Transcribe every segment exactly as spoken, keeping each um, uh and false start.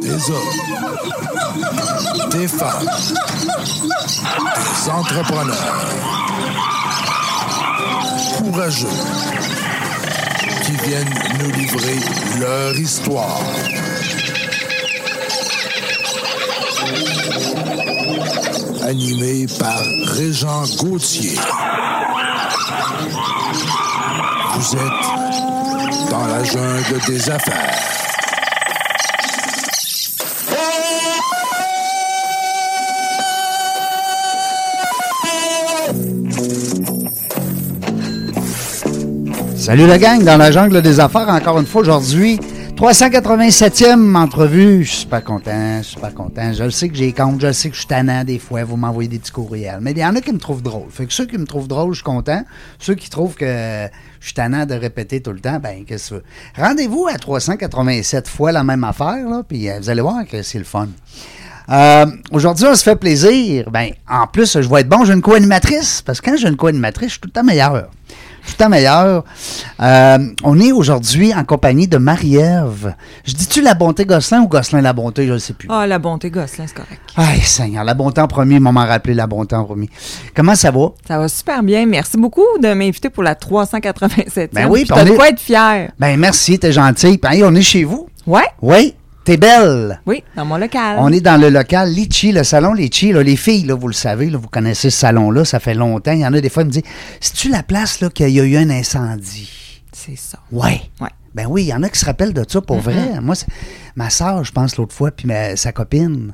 Des hommes, des femmes, des entrepreneurs courageux qui viennent nous livrer leur histoire. Animé par Régent Gauthier. Vous êtes dans la jungle des affaires. Salut la gang, dans la jungle des affaires, encore une fois aujourd'hui, trois cent quatre-vingt-septième entrevue. Je suis super content, je suis super content. Je le sais que j'ai compte, je le sais que je suis tannant des fois, vous m'envoyez des petits courriels. Mais il y en a qui me trouvent drôle. Fait que ceux qui me trouvent drôle, je suis content. Ceux qui trouvent que je suis tannant de répéter tout le temps, ben qu'est-ce que tu veux. Rendez-vous à trois cent quatre-vingt-sept fois la même affaire, là, puis euh, vous allez voir que c'est le fun. Euh, aujourd'hui, on se fait plaisir. Ben, en plus, je vais être bon, j'ai une co-animatrice, parce que quand j'ai une co-animatrice, je suis tout le temps meilleur. Tout le temps meilleur. Euh, on est aujourd'hui en compagnie de Marie-Ève. Je dis-tu la bonté Gosselin ou Gosselin la bonté, je ne sais plus. Ah, la bonté Gosselin, c'est correct. Aïe, Seigneur, la bonté en premier, ils m'ont rappelé la bonté en premier. Comment ça va? Ça va super bien. Merci beaucoup de m'inviter pour la trois cent quatre-vingt-septième. Ben oui, tu dois est... être fier. Ben merci, t'es gentil. Puis, hey, on est chez vous? Ouais. Oui. T'es belle. Oui, dans mon local. On est dans le local Litchi, le salon Litchi. Là, les filles, là, vous le savez, là, vous connaissez ce salon-là, ça fait longtemps. Il y en a des fois qui me disent, c'est-tu la place là, qu'il y a eu un incendie? C'est ça. Oui. Ouais. Ben oui, il y en a qui se rappellent de ça pour mm-hmm. vrai. Moi, ma soeur, je pense, l'autre fois, puis ma, sa copine,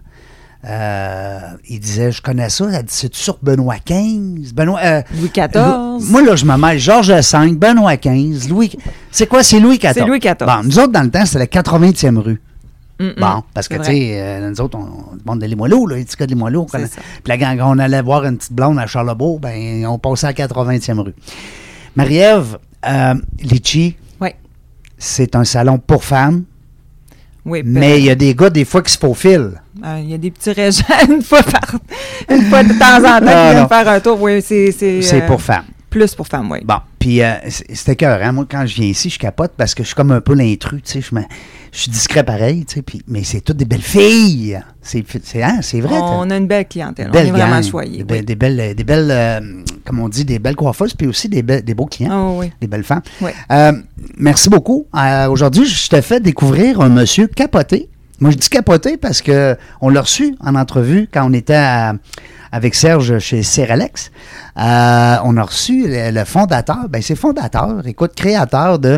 euh, il disait, je connais ça, elle dit, c'est-tu sur Benoît quinze? Benoît, euh, Louis quatorze. Moi, là, je me mêle Georges cinq, Benoît quinze, Louis... C'est quoi, c'est Louis quatorze? C'est Louis quatorze. Bon, nous autres, dans le temps, c'était la quatre-vingtième rue. Mm-mm, bon, parce que, tu sais, euh, nous autres, on, on demande de Limoilou, là, les petits gars de Limoilou. Puis là, quand on allait voir une petite blonde à Charlebourg, ben, on passait à la quatre-vingtième rue. Marie-Ève, euh, Litchi, oui. C'est un salon pour femmes. Oui, mais il y a des gars, des fois, qui se faufilent. Il euh, y a des petits régents une fois par une fois de temps en temps qui viennent faire un tour. Oui, c'est. C'est, c'est euh, pour femmes. Plus pour femmes, oui. Bon, puis euh, c'était écœurant. Moi, quand je viens ici, je capote parce que je suis comme un peu l'intrus, tu sais. Je, je suis discret pareil, tu sais. Mais c'est toutes des belles filles. C'est, c'est, hein, c'est vrai. On a une belle clientèle. Belle on est vraiment choyés. Des, oui. des belles, des belles euh, comme on dit, des belles coiffeuses, puis aussi des, be- des beaux clients. Oh, oui. Des belles femmes. Oui. Euh, merci beaucoup. Euh, aujourd'hui, je te fais découvrir un monsieur capoté. Moi, je dis capoté parce qu'on l'a reçu en entrevue quand on était à, avec Serge chez Seralex. Euh, on a reçu le, le fondateur, ben c'est fondateur, écoute, créateur de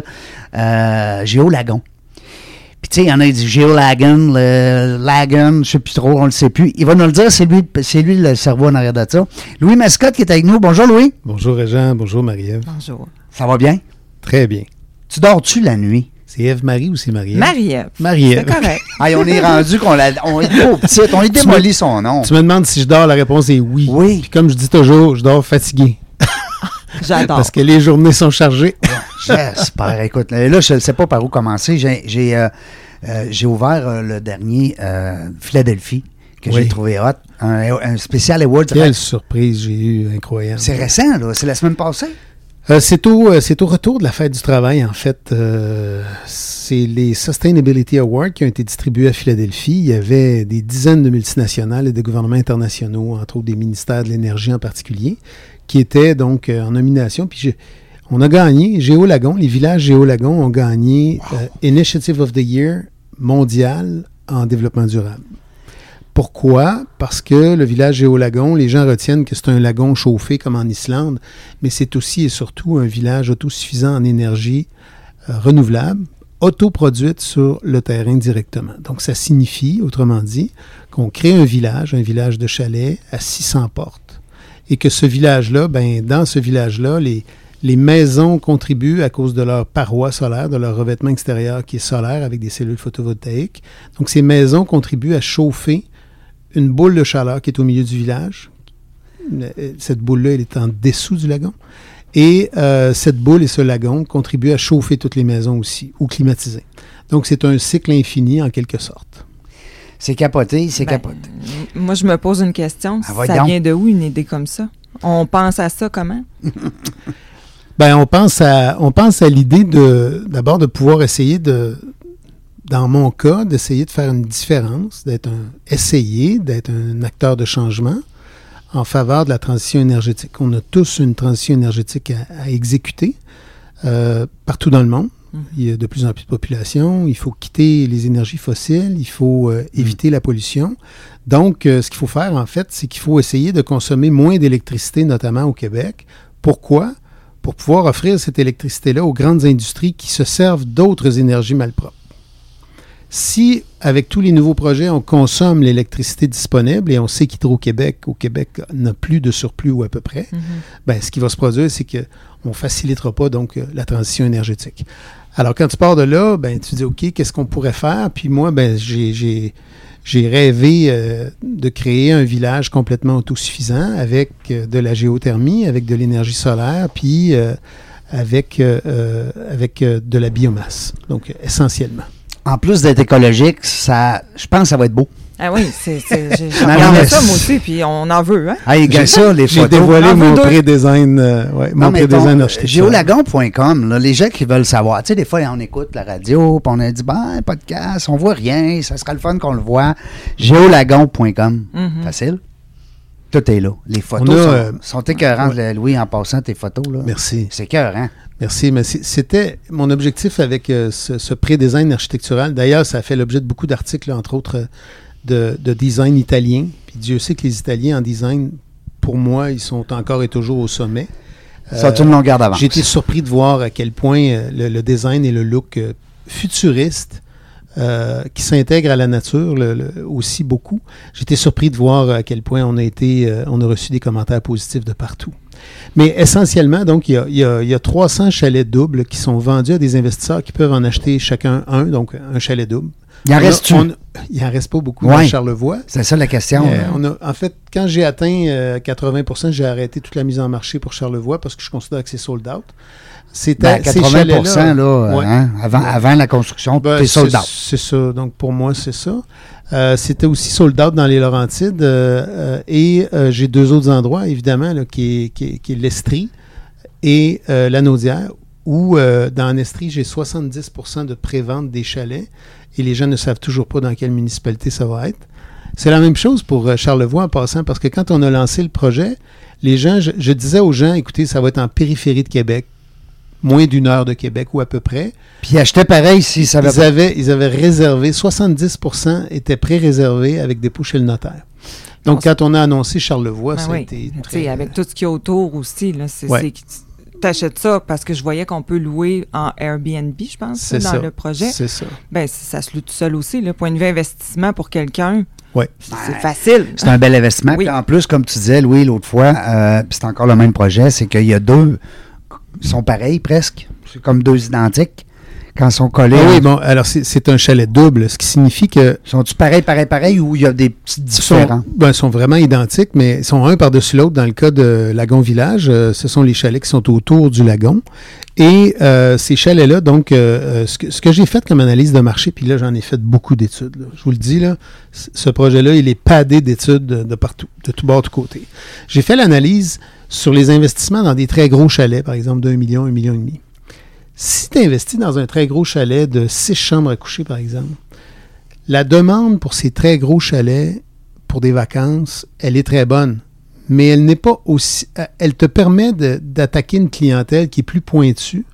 euh, Géolagon. Puis tu sais, il y en a dit Géolagon, le Lagon, je ne sais plus trop, on ne le sait plus. Il va nous le dire, c'est lui, c'est lui le cerveau en arrière de ça. Louis Mascotte qui est avec nous. Bonjour Louis. Bonjour Régent, bonjour Marie-Ève. Bonjour. Ça va bien? Très bien. Tu dors-tu la nuit? C'est Ève-Marie ou c'est Marie-Ève? Marie-Ève. Marie-Ève. C'est correct. Hey, on est rendu qu'on l'a, on est trop petite, on est démoli son nom. Tu me demandes si je dors, la réponse est oui. Oui. Puis comme je dis toujours, je dors fatigué. J'adore. Parce que les journées sont chargées. J'espère. Écoute, là, je ne sais pas par où commencer. J'ai, j'ai, euh, euh, j'ai ouvert euh, le dernier euh, Philadelphie que oui. j'ai trouvé hot. Un, un spécial Awards. Quelle surprise j'ai eue, incroyable. C'est récent, là. C'est la semaine passée. Euh, c'est, au, euh, c'est au retour de la fête du travail, en fait. Euh, c'est les Sustainability Awards qui ont été distribués à Philadelphie. Il y avait des dizaines de multinationales et de gouvernements internationaux, entre autres des ministères de l'énergie en particulier, qui étaient donc euh, en nomination. Puis je, on a gagné, Géolagon, les villages Géolagon ont gagné wow. euh, Initiative of the Year mondial en développement durable. Pourquoi? Parce que le village Géolagon, les gens retiennent que c'est un lagon chauffé comme en Islande, mais c'est aussi et surtout un village autosuffisant en énergie euh, renouvelable, autoproduite sur le terrain directement. Donc, ça signifie, autrement dit, qu'on crée un village, un village de chalets à six cents portes, et que ce village-là, ben, dans ce village-là, les, les maisons contribuent à cause de leur paroi solaire, de leur revêtement extérieur qui est solaire avec des cellules photovoltaïques. Donc, ces maisons contribuent à chauffer une boule de chaleur qui est au milieu du village. Cette boule-là, elle est en dessous du lagon. Et euh, cette boule et ce lagon contribuent à chauffer toutes les maisons aussi, ou climatiser. Donc, c'est un cycle infini, en quelque sorte. C'est capoté, c'est ben, capoté. Moi, je me pose une question. Ah, ça vient de où, une idée comme ça? On pense à ça comment? ben, on pense à, on pense à l'idée de, d'abord, de pouvoir essayer de... dans mon cas, d'essayer de faire une différence, d'être un essayer, d'être un acteur de changement en faveur de la transition énergétique. On a tous une transition énergétique à, à exécuter euh, partout dans le monde. Mmh. Il y a de plus en plus de population. Il faut quitter les énergies fossiles. Il faut euh, éviter mmh. la pollution. Donc, euh, ce qu'il faut faire, en fait, c'est qu'il faut essayer de consommer moins d'électricité, notamment au Québec. Pourquoi? Pour pouvoir offrir cette électricité-là aux grandes industries qui se servent d'autres énergies malpropres. Si, avec tous les nouveaux projets, on consomme l'électricité disponible, et on sait qu'Hydro-Québec, au Québec, n'a plus de surplus ou à peu près, mm-hmm. ben, ce qui va se produire, c'est qu'on ne facilitera pas donc la transition énergétique. Alors, quand tu pars de là, ben, tu dis, OK, qu'est-ce qu'on pourrait faire? Puis moi, ben, j'ai, j'ai, j'ai rêvé euh, de créer un village complètement autosuffisant avec euh, de la géothermie, avec de l'énergie solaire, puis euh, avec, euh, avec euh, de la biomasse, donc essentiellement. En plus d'être écologique, ça, je pense que ça va être beau. Ah oui, c'est, c'est, j'ai, j'ai regardé ça, moi aussi, puis on en veut, hein? Ah, regarde ça, les j'ai photos. J'ai dévoilé mon pré-design, euh, ouais, mon pré-design architectural. géolagon point com, là, les gens qui veulent savoir, tu sais, des fois, on écoute la radio, puis on a dit, ben, podcast, on voit rien, ça sera le fun qu'on le voit. géolagon point com, mm-hmm. Facile. Tout est là. Les photos a, sont, euh, sont écœurantes, ouais. Louis, en passant tes photos, là. Merci. C'est écœurant. Merci, mais c'était mon objectif avec euh, ce, ce pré-design architectural. D'ailleurs, ça a fait l'objet de beaucoup d'articles, entre autres, de, de design italien. Puis Dieu sait que les Italiens en design, pour moi, ils sont encore et toujours au sommet. Ça a une longueur d'avance. J'ai été surpris de voir à quel point euh, le, le design et le look euh, futuriste euh, qui s'intègre à la nature le, le, aussi beaucoup. J'ai été surpris de voir à quel point on a été, euh, on a reçu des commentaires positifs de partout. Mais essentiellement, donc, il y a, il y a, il y a trois cents chalets doubles qui sont vendus à des investisseurs qui peuvent en acheter chacun un, donc un chalet double. Il en reste-tu? Il n'en reste pas beaucoup ouais. à Charlevoix. C'est ça la question. Euh, on a, en fait, quand j'ai atteint euh, quatre-vingts pour cent, j'ai arrêté toute la mise en marché pour Charlevoix parce que je considère que c'est sold out. C'était ben, quatre-vingts pour cent là, ouais. hein, avant, ouais. avant la construction, ben, c'est sold out. C'est ça. Donc, pour moi, c'est ça. Euh, c'était aussi sold out dans les Laurentides. Euh, euh, et euh, j'ai deux autres endroits, évidemment, là, qui, est, qui, est, qui est l'Estrie et euh, la Naudière, où euh, dans l'Estrie, j'ai soixante-dix pour cent de prévente des chalets et les gens ne savent toujours pas dans quelle municipalité ça va être. C'est la même chose pour euh, Charlevoix en passant, parce que quand on a lancé le projet, les gens, je, je disais aux gens, écoutez, ça va être en périphérie de Québec, moins d'une heure de Québec ou à peu près. Puis ils achetaient pareil si ça avait... Ils avaient, ils avaient réservé, soixante-dix pour cent étaient pré-réservés avec dépôt chez le notaire. Donc, quand on a annoncé Charlevoix, ben ça oui. a été très... T'sais, avec tout ce qu'il y a autour aussi, là, c'est... Ouais. c'est t'achètes ça parce que je voyais qu'on peut louer en Airbnb, je pense, c'est dans ça. le projet. C'est ça. Ben, ça se loue tout seul aussi, là. Point de vue investissement pour quelqu'un, ouais. c'est, c'est facile. C'est un bel investissement. Oui. Puis en plus, comme tu disais, Louis, l'autre fois, euh, puis c'est encore le même projet, c'est qu'il y a deux... Ils sont pareils presque. C'est comme deux identiques. Quand ils sont collés. Ah oui, bon, alors c'est, c'est un chalet double, ce qui signifie que... Sont-ils pareils, pareils, pareils ou il y a des petits différents? Ils sont, ben, sont vraiment identiques, mais ils sont un par-dessus l'autre. Dans le cas de Lagon Village, euh, ce sont les chalets qui sont autour du lagon. Et euh, ces chalets-là, donc, euh, ce, que, ce que j'ai fait comme analyse de marché, puis là, j'en ai fait beaucoup d'études. Là. Je vous le dis, là, ce projet-là, il est padé d'études de, de partout, de tout bord, de côté. J'ai fait l'analyse sur les investissements dans des très gros chalets, par exemple d'un million, un million et demi. Si tu investis dans un très gros chalet de six chambres à coucher, par exemple, la demande pour ces très gros chalets pour des vacances, elle est très bonne, mais elle n'est pas aussi... Elle te permet de, d'attaquer une clientèle qui est plus pointue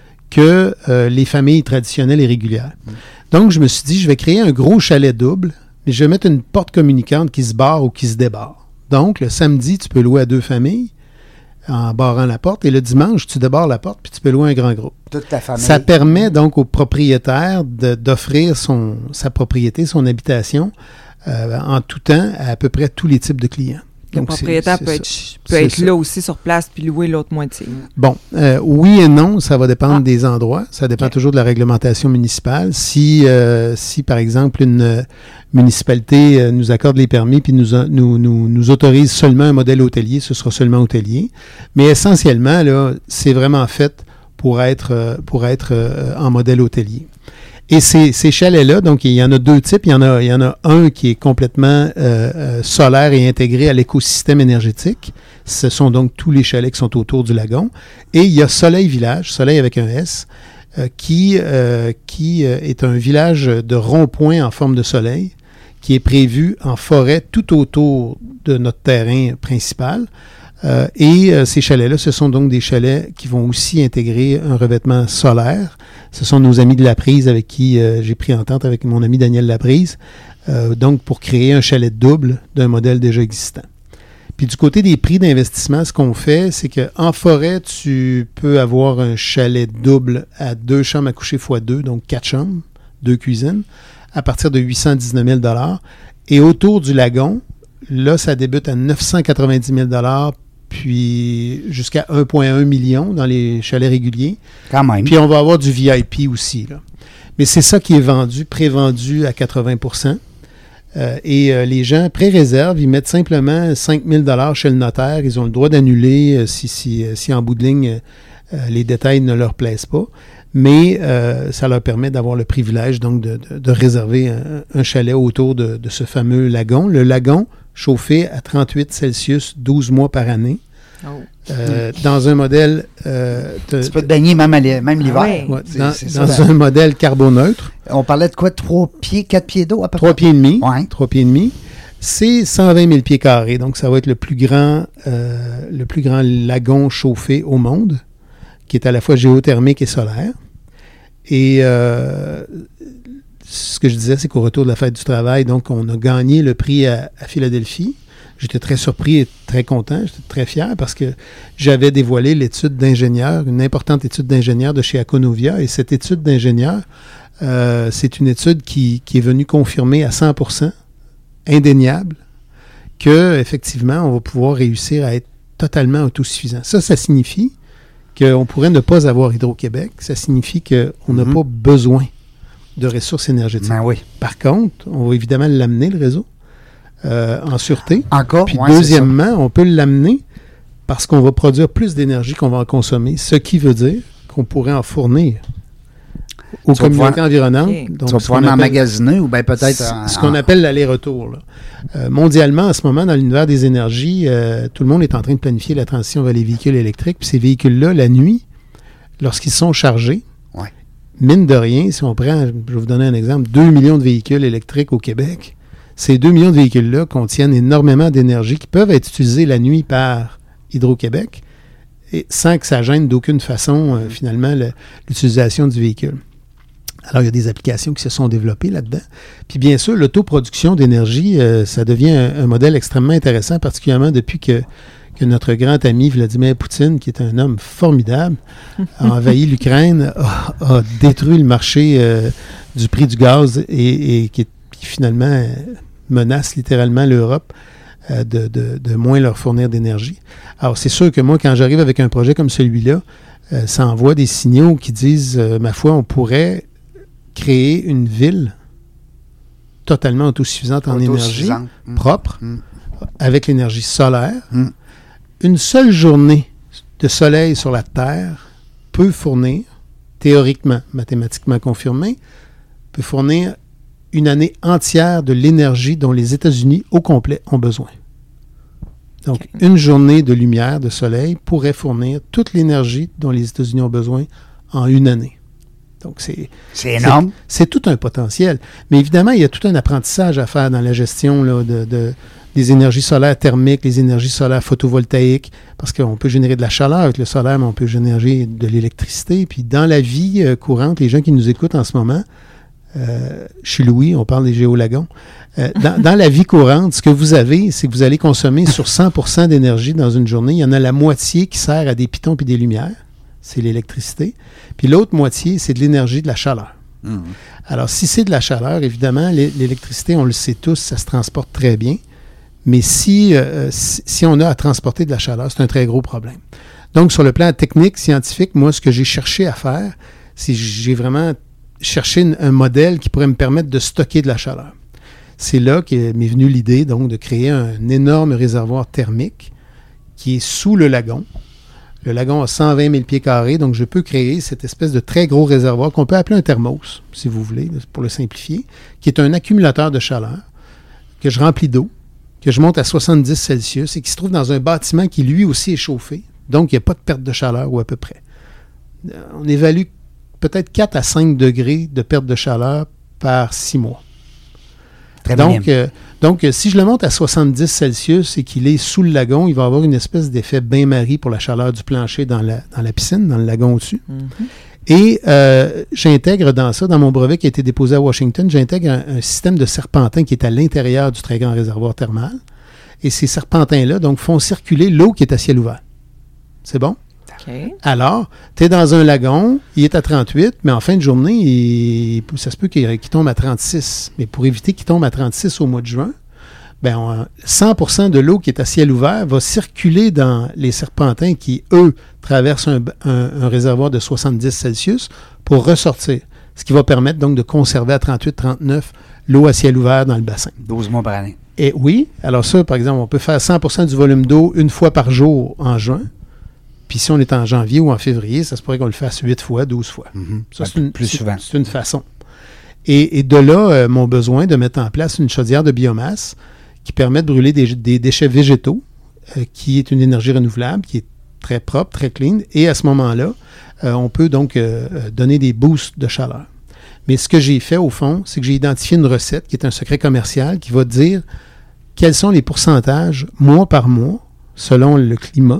que euh, les familles traditionnelles et régulières. Mmh. Donc, je me suis dit, je vais créer un gros chalet double, mais je vais mettre une porte communicante qui se barre ou qui se débarre. Donc, le samedi, tu peux louer à deux familles en barrant la porte. Et le dimanche, tu débarres la porte puis tu peux louer un grand groupe. Toute ta famille. Ça permet donc au propriétaire de, d'offrir son, sa propriété, son habitation euh, en tout temps à à peu près tous les types de clients. Le donc, propriétaire c'est, peut c'est être, ça. peut C'est être ça. là aussi sur place puis louer l'autre moitié. Bon, euh, oui et non, ça va dépendre Ah. des endroits. Ça dépend Okay. toujours de la réglementation municipale. Si, euh, si par exemple, une euh, municipalité euh, nous accorde les permis puis nous, a- nous, nous, nous autorise seulement un modèle hôtelier, ce sera seulement hôtelier. Mais essentiellement, là, c'est vraiment fait pour être, euh, pour être euh, en modèle hôtelier. Et ces, ces chalets-là, donc il y en a deux types. Il y en a, il y en a un qui est complètement euh, euh, solaire et intégré à l'écosystème énergétique. Ce sont donc tous les chalets qui sont autour du lagon. Et il y a Soleil Village, Soleil avec un S, euh, qui, euh, qui euh, est un village de rond-point en forme de soleil, qui est prévu en forêt tout autour de notre terrain principal. Euh, et euh, ces chalets-là, ce sont donc des chalets qui vont aussi intégrer un revêtement solaire. Ce sont nos amis de Laprise avec qui euh, j'ai pris entente avec mon ami Daniel Laprise, euh, donc pour créer un chalet double d'un modèle déjà existant. Puis du côté des prix d'investissement, ce qu'on fait, c'est qu'en forêt, tu peux avoir un chalet double à deux chambres à coucher fois deux, donc quatre chambres, deux cuisines, à partir de huit cent dix-neuf mille dollars. Et autour du lagon, là, ça débute à neuf cent quatre-vingt-dix mille dollars, puis jusqu'à un virgule un million dans les chalets réguliers. Quand même. Puis on va avoir du V I P aussi, là. Mais c'est ça qui est vendu, pré-vendu à quatre-vingts pour cent. Euh, et euh, les gens pré-réservent, ils mettent simplement cinq mille dollars chez le notaire. Ils ont le droit d'annuler euh, si, si, si en bout de ligne, euh, les détails ne leur plaisent pas. Mais euh, ça leur permet d'avoir le privilège donc de, de, de réserver un, un chalet autour de, de ce fameux lagon. Le lagon chauffé à trente-huit Celsius douze mois par année. Oh. Euh, dans un modèle... Euh, te, tu peux te baigner même, à l'hi- même l'hiver. Ouais. Ouais, C'est, dans c'est dans ça, un modèle carboneutre. On parlait de quoi? Trois pieds, quatre pieds d'eau à peu près? Trois pieds et demi. Ouais. Trois pieds et demi. C'est cent vingt mille pieds carrés. Donc, ça va être le plus grand, euh, le plus grand lagon chauffé au monde, qui est à la fois géothermique et solaire. Et euh, ce que je disais, c'est qu'au retour de la fête du travail, donc, on a gagné le prix à, à Philadelphie. J'étais très surpris et très content, j'étais très fier parce que j'avais dévoilé l'étude d'ingénieur, une importante étude d'ingénieur de chez Akonovia. Et cette étude d'ingénieur, euh, c'est une étude qui, qui est venue confirmer à cent pour cent, indéniable, qu'effectivement, on va pouvoir réussir à être totalement autosuffisant. Ça, ça signifie qu'on pourrait ne pas avoir Hydro-Québec. Ça signifie qu'on n'a Mm-hmm. pas besoin de ressources énergétiques. Ben oui. Par contre, on va évidemment l'amener, le réseau. Euh, en sûreté. Encore? Puis Ouais, deuxièmement, on peut l'amener parce qu'on va produire plus d'énergie qu'on va en consommer, ce qui veut dire qu'on pourrait en fournir aux Tu vas communautés pouvoir- environnantes. Okay. Donc, Tu vas ce pouvoir qu'on appelle- l'emmagasiner ou bien peut-être... c- en- ce qu'on en- appelle l'aller-retour. là. Euh, mondialement, en ce moment, dans l'univers des énergies, euh, tout le monde est en train de planifier la transition vers les véhicules électriques. Puis ces véhicules-là, la nuit, lorsqu'ils sont chargés, Ouais. mine de rien, si on prend, je vais vous donner un exemple, deux millions de véhicules électriques au Québec, ces deux millions de véhicules-là contiennent énormément d'énergie qui peuvent être utilisés la nuit par Hydro-Québec et sans que ça gêne d'aucune façon, euh, finalement, le- l'utilisation du véhicule. Alors, il y a des applications qui se sont développées là-dedans. Puis, bien sûr, l'autoproduction d'énergie, euh, ça devient un, un modèle extrêmement intéressant, particulièrement depuis que, que notre grand ami Vladimir Poutine, qui est un homme formidable, a envahi l'Ukraine, a, a détruit le marché euh, du prix du gaz et, et qui, est, qui finalement euh, menace littéralement l'Europe euh, de, de, de moins leur fournir d'énergie. Alors, c'est sûr que moi, quand j'arrive avec un projet comme celui-là, euh, ça envoie des signaux qui disent, euh, ma foi, on pourrait créer une ville totalement autosuffisante en énergie, Autosuffisante. Mm. propre, Mm. avec l'énergie solaire. Mm. Une seule journée de soleil sur la Terre peut fournir, théoriquement, mathématiquement confirmé, peut fournir une année entière de l'énergie dont les États-Unis au complet ont besoin. Donc, Okay. une journée de lumière, de soleil, pourrait fournir toute l'énergie dont les États-Unis ont besoin en une année. Donc, c'est, C'est énorme. c'est, c'est tout un potentiel. Mais évidemment, il y a tout un apprentissage à faire dans la gestion là, de, de, des énergies solaires thermiques, les énergies solaires photovoltaïques, parce qu'on peut générer de la chaleur avec le solaire, mais on peut générer de l'électricité. Puis dans la vie euh, courante, les gens qui nous écoutent en ce moment, euh, je suis Louis, on parle des géolagons. Euh, dans, dans la vie courante, ce que vous avez, c'est que vous allez consommer sur cent pour cent d'énergie dans une journée. Il y en a la moitié qui sert à des pitons et des lumières. C'est l'électricité. Puis l'autre moitié, c'est de l'énergie, de la chaleur. Mmh. Alors, si c'est de la chaleur, évidemment, l'é- l'électricité, on le sait tous, ça se transporte très bien. Mais si, euh, si, si on a à transporter de la chaleur, c'est un très gros problème. Donc, sur le plan technique, scientifique, moi, ce que j'ai cherché à faire, c'est j'ai vraiment cherché une- un modèle qui pourrait me permettre de stocker de la chaleur. C'est là qu'est m'est venue l'idée, donc, de créer un énorme réservoir thermique qui est sous le lagon. Le lagon a cent vingt mille pieds carrés, donc je peux créer cette espèce de très gros réservoir qu'on peut appeler un thermos, si vous voulez, pour le simplifier, qui est un accumulateur de chaleur que je remplis d'eau, que je monte à soixante-dix Celsius et qui se trouve dans un bâtiment qui lui aussi est chauffé. Donc, il n'y a pas de perte de chaleur ou à peu près. On évalue peut-être quatre à cinq degrés de perte de chaleur par six mois. Très donc, euh, donc, si je le monte à soixante-dix Celsius et qu'il est sous le lagon, il va avoir une espèce d'effet bain-marie pour la chaleur du plancher dans la, dans la piscine, dans le lagon au-dessus. Mm-hmm. Et euh, j'intègre dans ça, dans mon brevet qui a été déposé à Washington, j'intègre un, un système de serpentins qui est à l'intérieur du très grand réservoir thermal. Et ces serpentins-là, donc, font circuler l'eau qui est à ciel ouvert. C'est bon? Okay. Alors, tu es dans un lagon, il est à trente-huit, mais en fin de journée, il, ça se peut qu'il, qu'il tombe à trente-six. Mais pour éviter qu'il tombe à trente-six au mois de juin, ben on, cent pour cent de l'eau qui est à ciel ouvert va circuler dans les serpentins qui, eux, traversent un, un, un réservoir de soixante-dix Celsius pour ressortir. Ce qui va permettre donc de conserver à trente-huit trente-neuf l'eau à ciel ouvert dans le bassin. douze mois par année. Et oui, alors ça, par exemple, on peut faire cent pour cent du volume d'eau une fois par jour en juin. Puis si on est en janvier ou en février, ça se pourrait qu'on le fasse huit fois, douze fois. Mm-hmm. Ça, c'est une, plus c'est, souvent. C'est une façon. Et, et de là, euh, mon besoin de mettre en place une chaudière de biomasse qui permet de brûler des, des déchets végétaux, euh, qui est une énergie renouvelable, qui est très propre, très clean. Et à ce moment-là, euh, on peut donc euh, donner des boosts de chaleur. Mais ce que j'ai fait, au fond, c'est que j'ai identifié une recette qui est un secret commercial qui va dire quels sont les pourcentages, mois par mois, selon le climat,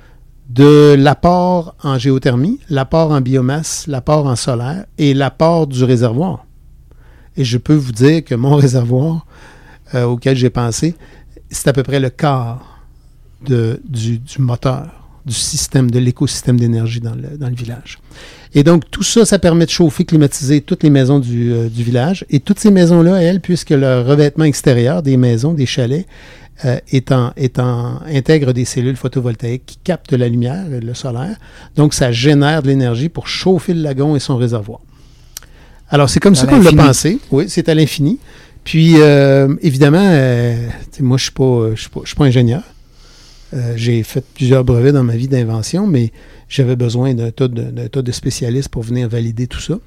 de l'apport en géothermie, l'apport en biomasse, l'apport en solaire et l'apport du réservoir. Et je peux vous dire que mon réservoir euh, auquel j'ai pensé, c'est à peu près le quart de, du, du moteur, du système, de l'écosystème d'énergie dans le, dans le village. Et donc, tout ça, ça permet de chauffer, climatiser toutes les maisons du, euh, du village. Et toutes ces maisons-là, elles, puisque le revêtement extérieur des maisons, des chalets, Euh, étant, étant, intègre des cellules photovoltaïques qui captent la lumière, le solaire. Donc, ça génère de l'énergie pour chauffer le lagon et son réservoir. Alors, c'est comme à ça qu'on l'a pensé. Oui, c'est à l'infini. Puis, euh, évidemment, euh, moi, je ne suis pas, je suis pas, je suis pas ingénieur. Euh, j'ai fait plusieurs brevets dans ma vie d'invention, mais j'avais besoin d'un tas de, d'un tas de spécialistes pour venir valider tout ça.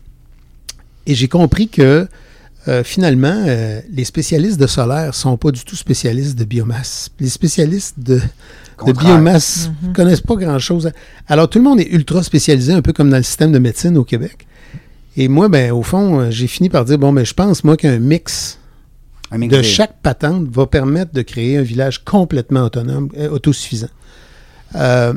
Et j'ai compris que Euh, finalement, euh, les spécialistes de solaire ne sont pas du tout spécialistes de biomasse. Les spécialistes de, de biomasse ne mm-hmm. connaissent pas grand-chose. Alors, tout le monde est ultra spécialisé, un peu comme dans le système de médecine au Québec. Et moi, ben, au fond, euh, j'ai fini par dire, bon, ben, je pense, moi, qu'un mix, un mix de chaque patente va permettre de créer un village complètement autonome, euh, autosuffisant. Euh,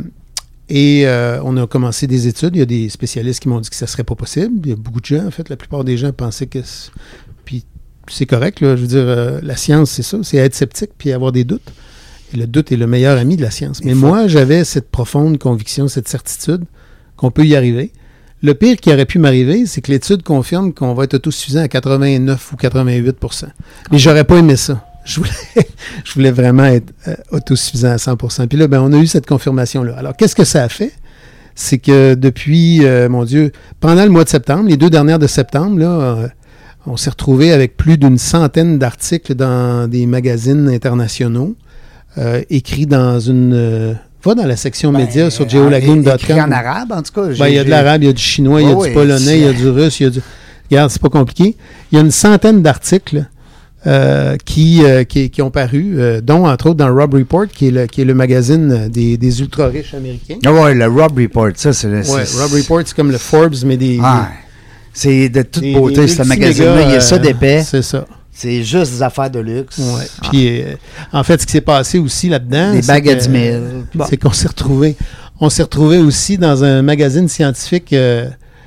Et euh, on a commencé des études. Il y a des spécialistes qui m'ont dit que ça ne serait pas possible. Il y a beaucoup de gens, en fait, la plupart des gens pensaient que... Puis c'est correct, là. Je veux dire, euh, la science, c'est ça. C'est être sceptique puis avoir des doutes. Et le doute est le meilleur ami de la science. Mais moi, j'avais cette profonde conviction, cette certitude qu'on peut y arriver. Le pire qui aurait pu m'arriver, c'est que l'étude confirme qu'on va être autosuffisant à quatre-vingt-neuf ou quatre-vingt-huit pour cent. Mais j'aurais pas aimé ça. Je voulais, je voulais vraiment être euh, autosuffisant à cent pour cent. Puis là, ben, on a eu cette confirmation-là. Alors, qu'est-ce que ça a fait? C'est que depuis, euh, mon Dieu, pendant le mois de septembre, les deux dernières de septembre, là, euh, on s'est retrouvé avec plus d'une centaine d'articles dans des magazines internationaux, euh, écrits dans une... Euh, va dans la section ben, médias sur geolagoon point com. Écrit en arabe, en tout cas. Ben, il y a de l'arabe, il y a du chinois, il oh, y a oui, du polonais, il y a du russe, il y a du... Regarde, c'est pas compliqué. Il y a une centaine d'articles Euh, qui, euh, qui, qui ont paru, euh, dont entre autres dans Robb Report, qui est le, qui est le magazine des, des ultra-riches américains. Ah oui, le Robb Report, ça c'est le... Oui, Robb Report, c'est comme le Forbes, mais des... Ah, des c'est de toute des, beauté, ce magazine-là, il y a ça d'épais. C'est ça. C'est juste des affaires de luxe. Oui, ah. Puis euh, en fait, ce qui s'est passé aussi là-dedans... Des bagues à dix mille. Bon. C'est qu'on s'est retrouvé on s'est retrouvé aussi dans un magazine scientifique... Euh,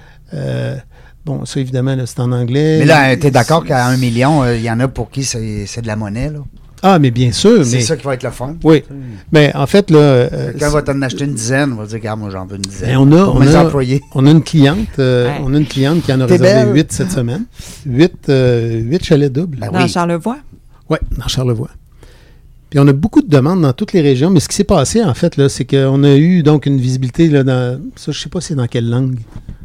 euh, Bon, ça, évidemment, là, c'est en anglais. Mais là, tu es d'accord qu'à un million, il euh, y en a pour qui c'est, c'est de la monnaie, là? Ah, mais bien sûr. C'est mais... ça qui va être le fun. Oui. Mais en fait, là... Euh, Quelqu'un va t'en acheter une dizaine, on va dire, regarde, moi, j'en veux une dizaine. On a, pour on, mes a, employés. On a une cliente, euh, ouais. on a une cliente qui en a T'es réservé belle. huit cette semaine. huit, euh, huit chalets doubles. Ben dans oui. Charlevoix? Oui, dans Charlevoix. Puis on a beaucoup de demandes dans toutes les régions, mais ce qui s'est passé, en fait, là, c'est qu'on a eu donc une visibilité, là, dans... Ça, je ne sais pas c'est dans quelle langue.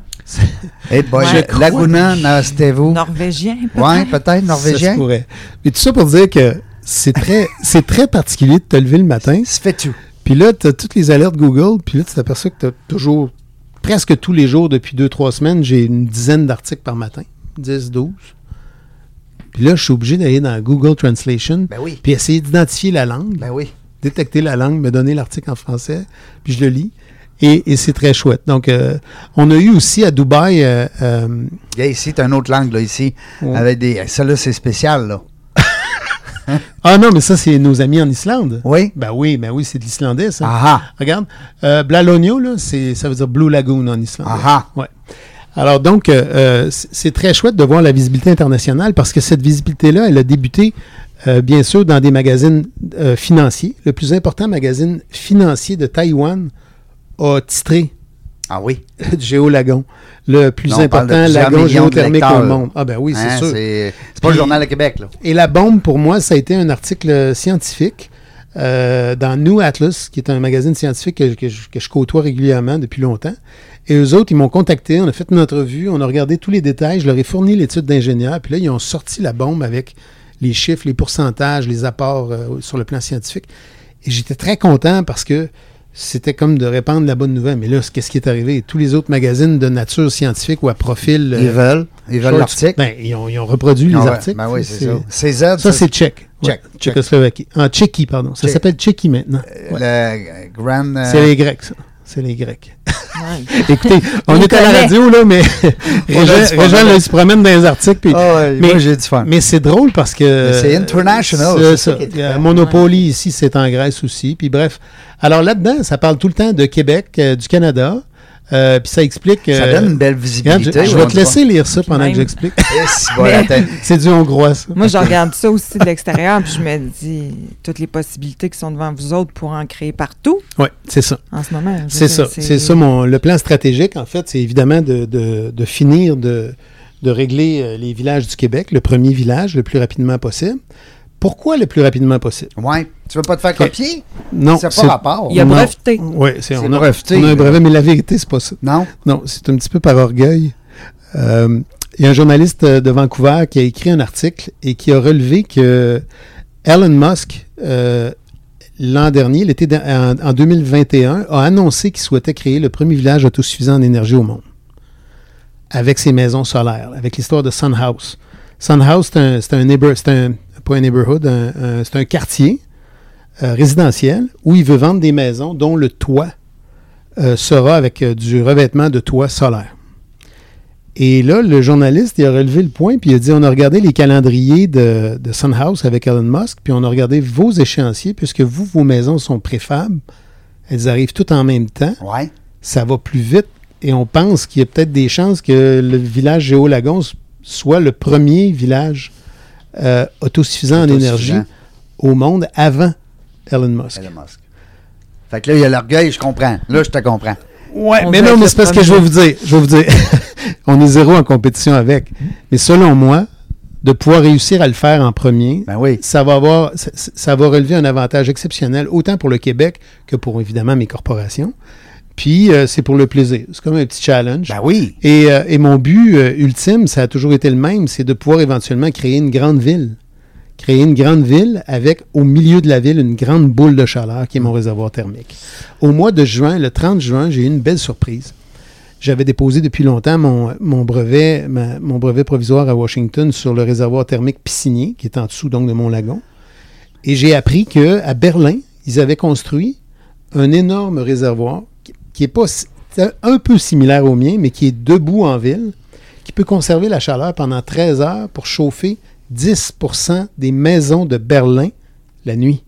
Eh boy, ouais, Laguna, Nastevo. Norvégien, peut-être. Oui, peut-être, norvégien. Ça se pourrait. Mais tout ça pour dire que c'est très, c'est très particulier de te lever le matin. Ça fait tout. Puis là, tu as toutes les alertes Google, puis là, tu t'aperçois que tu as toujours, presque tous les jours, depuis deux, trois semaines, j'ai une dizaine d'articles par matin. dix, douze. Puis là, je suis obligé d'aller dans Google Translation, ben oui. puis essayer d'identifier la langue. Ben oui. Détecter la langue, me donner l'article en français, puis je le lis. Et, et c'est très chouette. Donc, euh, on a eu aussi à Dubaï... Euh, euh, yeah, ici, tu as un autre langue, là, ici. Ouais. Avec des... Ça, là, c'est spécial, là. Ah non, mais ça, c'est nos amis en Islande. Oui? Ben oui, ben oui, c'est de l'islandais, ça. Aha. Regarde, euh, Blalonio, là, c'est, ça veut dire Blue Lagoon en islandais. Aha. Ouais. Alors donc, euh, c'est très chouette de voir la visibilité internationale parce que cette visibilité-là, elle a débuté, euh, bien sûr, dans des magazines euh, financiers. Le plus important magazine financier de Taïwan a titré ah oui. Géolagon, le plus non, important lagon géothermique au monde. Ah ben oui, c'est hein, sûr. C'est, c'est pas Puis, le Journal de Québec, là. Et la bombe, pour moi, ça a été un article scientifique euh, dans New Atlas, qui est un magazine scientifique que, que, je, que je côtoie régulièrement depuis longtemps. Et eux autres, ils m'ont contacté, on a fait une entrevue, on a regardé tous les détails, je leur ai fourni l'étude d'ingénieur, puis là, ils ont sorti la bombe avec les chiffres, les pourcentages, les apports euh, sur le plan scientifique. Et j'étais très content parce que c'était comme de répandre la bonne nouvelle. Mais là, qu'est-ce qui est arrivé? Tous les autres magazines de nature scientifique ou à profil... Ils euh, veulent. Ils veulent l'article. Ben, ils ont, ils ont reproduit les ah ouais, articles. Ben oui, c'est, c'est ça. C Z. Ça, c'est tchèque. Tchèque. Ouais, Tchécoslovaquie. Ah, Tchéquie, pardon. Ça Tchèque. s'appelle Tchéquie maintenant. Ouais. Le Grand... Euh... C'est les Grecs, ça. C'est les Grecs. Ouais. Écoutez, on est à la radio, là, mais Régent, là, il se promène dans les articles. Puis, oh, ouais, mais, moi, j'ai du fun. Mais c'est drôle parce que... Mais c'est international. C'est, c'est ça. ça. Monopoly, ouais. Ici, c'est en Grèce aussi. Puis bref. Alors là-dedans, ça parle tout le temps de Québec, euh, du Canada. Euh, puis ça explique... Euh, ça donne une belle visibilité. Regarde, je, je vais te laisser lire ça pendant même. que j'explique. Mais, c'est du hongrois, ça. Moi, je regarde ça aussi de l'extérieur, puis je me dis, toutes les possibilités qui sont devant vous autres pour en créer partout. Oui, c'est ça. En ce moment. C'est ça. C'est... c'est ça, mon, le plan stratégique, en fait, c'est évidemment de, de, de finir de, de régler euh, les villages du Québec, le premier village, le plus rapidement possible. Pourquoi le plus rapidement possible? Oui. Tu veux pas te faire copier? Non. C'est pas c'est... rapport. Il a breveté. Oui, c'est, c'est on, a, breveté. on a un brevet, mais la vérité, c'est pas ça. Non? Non, c'est un petit peu par orgueil. Euh, il y a un journaliste de Vancouver qui a écrit un article et qui a relevé que Elon Musk, euh, l'an dernier, l'été de, en, en deux mille vingt et un, a annoncé qu'il souhaitait créer le premier village autosuffisant en énergie au monde avec ses maisons solaires, avec l'histoire de Sun House. Sun House, c'est un, c'est un, neighbor, c'est un pas un neighborhood, un, un, c'est un quartier euh, résidentiel où il veut vendre des maisons dont le toit euh, sera avec euh, du revêtement de toit solaire. Et là, le journaliste, il a relevé le point, puis il a dit, on a regardé les calendriers de, de Sun House avec Elon Musk, puis on a regardé vos échéanciers, puisque vous, vos maisons sont préfables, elles arrivent toutes en même temps, ouais. Ça va plus vite, et on pense qu'il y a peut-être des chances que le village Géolagon soit le premier village Euh, autosuffisant, autosuffisant en énergie au monde avant Elon Musk. Elon Musk. Fait que là, il y a l'orgueil, je comprends. Là, je te comprends. Ouais, mais non, mais c'est parce que je vais vous dire, je vais vous dire, on est zéro en compétition avec. Mais selon moi, de pouvoir réussir à le faire en premier, ben oui. ça va avoir, ça, ça va relever un avantage exceptionnel, autant pour le Québec que pour, évidemment, mes corporations. Puis, euh, c'est pour le plaisir. C'est comme un petit challenge. Ben oui. Et, euh, et mon but euh, ultime, ça a toujours été le même, c'est de pouvoir éventuellement créer une grande ville. Créer une grande ville avec, au milieu de la ville, une grande boule de chaleur qui est mon réservoir thermique. Au mois de juin, le trente juin, j'ai eu une belle surprise. J'avais déposé depuis longtemps mon, mon, brevet, ma, mon brevet provisoire à Washington sur le réservoir thermique Piscinier, qui est en dessous donc de Mont-Lagon. Et j'ai appris qu'à Berlin, ils avaient construit un énorme réservoir qui est pas un peu similaire au mien, mais qui est debout en ville, qui peut conserver la chaleur pendant treize heures pour chauffer dix pour cent des maisons de Berlin la nuit.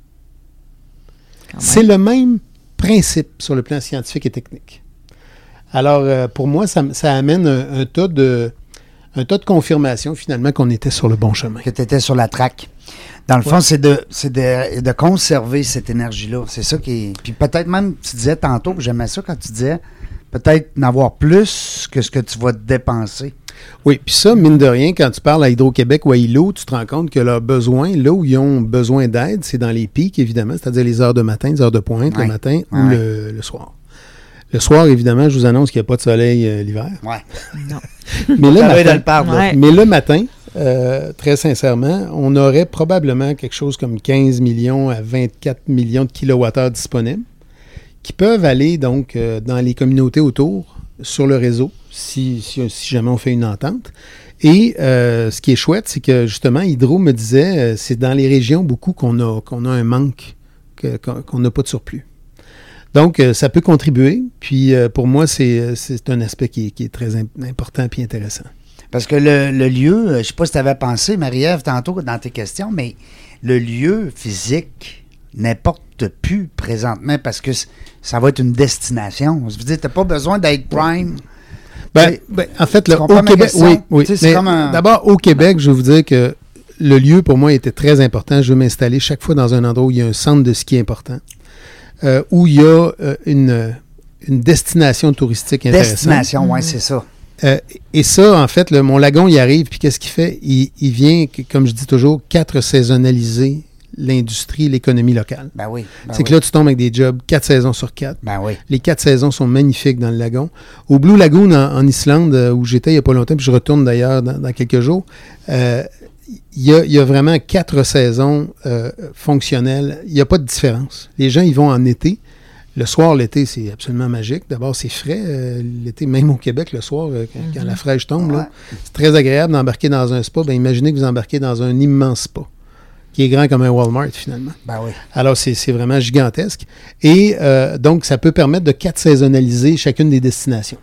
C'est le même principe sur le plan scientifique et technique. Alors, euh, pour moi, ça, ça amène un, un, tas de, un tas de confirmation, finalement, qu'on était sur le bon chemin. Que tu étais sur la traque. Dans le ouais. fond, c'est, de, c'est de, de conserver cette énergie-là. C'est ça qui est... Puis peut-être même, tu disais tantôt, j'aimais ça quand tu disais, peut-être n'avoir plus que ce que tu vas dépenser. Oui, puis ça, mine de rien, quand tu parles à Hydro-Québec ou à I L O, tu te rends compte que leurs besoins, là où ils ont besoin d'aide, c'est dans les pics, évidemment, c'est-à-dire les heures de matin, les heures de pointe, ouais. le matin ouais. ou le, le soir. Le soir, évidemment, je vous annonce qu'il n'y a pas de soleil euh, l'hiver. Oui. Non. mais, le matin, le parle, ouais. mais le matin, euh, très sincèrement, on aurait probablement quelque chose comme quinze millions à vingt-quatre millions de kilowattheures disponibles qui peuvent aller donc euh, dans les communautés autour, sur le réseau, si, si, si jamais on fait une entente. Et euh, ce qui est chouette, c'est que justement, Hydro me disait, euh, c'est dans les régions beaucoup qu'on a, qu'on a un manque, que, qu'on n'a pas de surplus. Donc, euh, ça peut contribuer. Puis, euh, pour moi, c'est, c'est un aspect qui est, qui est très imp- important et intéressant. Parce que le, le lieu, je ne sais pas si tu avais pensé, Marie-Ève, tantôt dans tes questions, mais le lieu physique n'importe plus présentement parce que ça va être une destination. Je veux dire, tu n'as pas besoin d'être prime. Ben, ben, en fait, là, au Québec, oui, oui. Mais un... D'abord, au Québec, je vais vous dire que le lieu, pour moi, était très important. Je veux m'installer chaque fois dans un endroit où il y a un centre de ski important, euh, où il y a euh, une, une destination touristique intéressante. Destination, oui, c'est ça. Euh, et ça, en fait, le, mon lagon, il arrive, puis qu'est-ce qu'il fait? Il, il vient, comme je dis toujours, quatre saisonnaliser l'industrie, l'économie locale. Ben oui. Ben c'est oui. que là, tu tombes avec des jobs quatre saisons sur quatre. Ben oui. Les quatre saisons sont magnifiques dans le lagon. Au Blue Lagoon, en, en Islande, où j'étais il n'y a pas longtemps, puis je retourne d'ailleurs dans, dans quelques jours, euh, il y a, il y a vraiment quatre saisons euh, fonctionnelles. Il n'y a pas de différence. Les gens, ils vont en été. Le soir, l'été, c'est absolument magique. D'abord, c'est frais. Euh, l'été, même au Québec, le soir, euh, quand, mm-hmm. quand la fraîche tombe, ouais. là, c'est très agréable d'embarquer dans un spa. Ben, imaginez que vous embarquez dans un immense spa, qui est grand comme un Walmart, finalement. Ben oui. Alors, c'est, c'est vraiment gigantesque. Et euh, donc, ça peut permettre de quatre saisonnaliser chacune des destinations.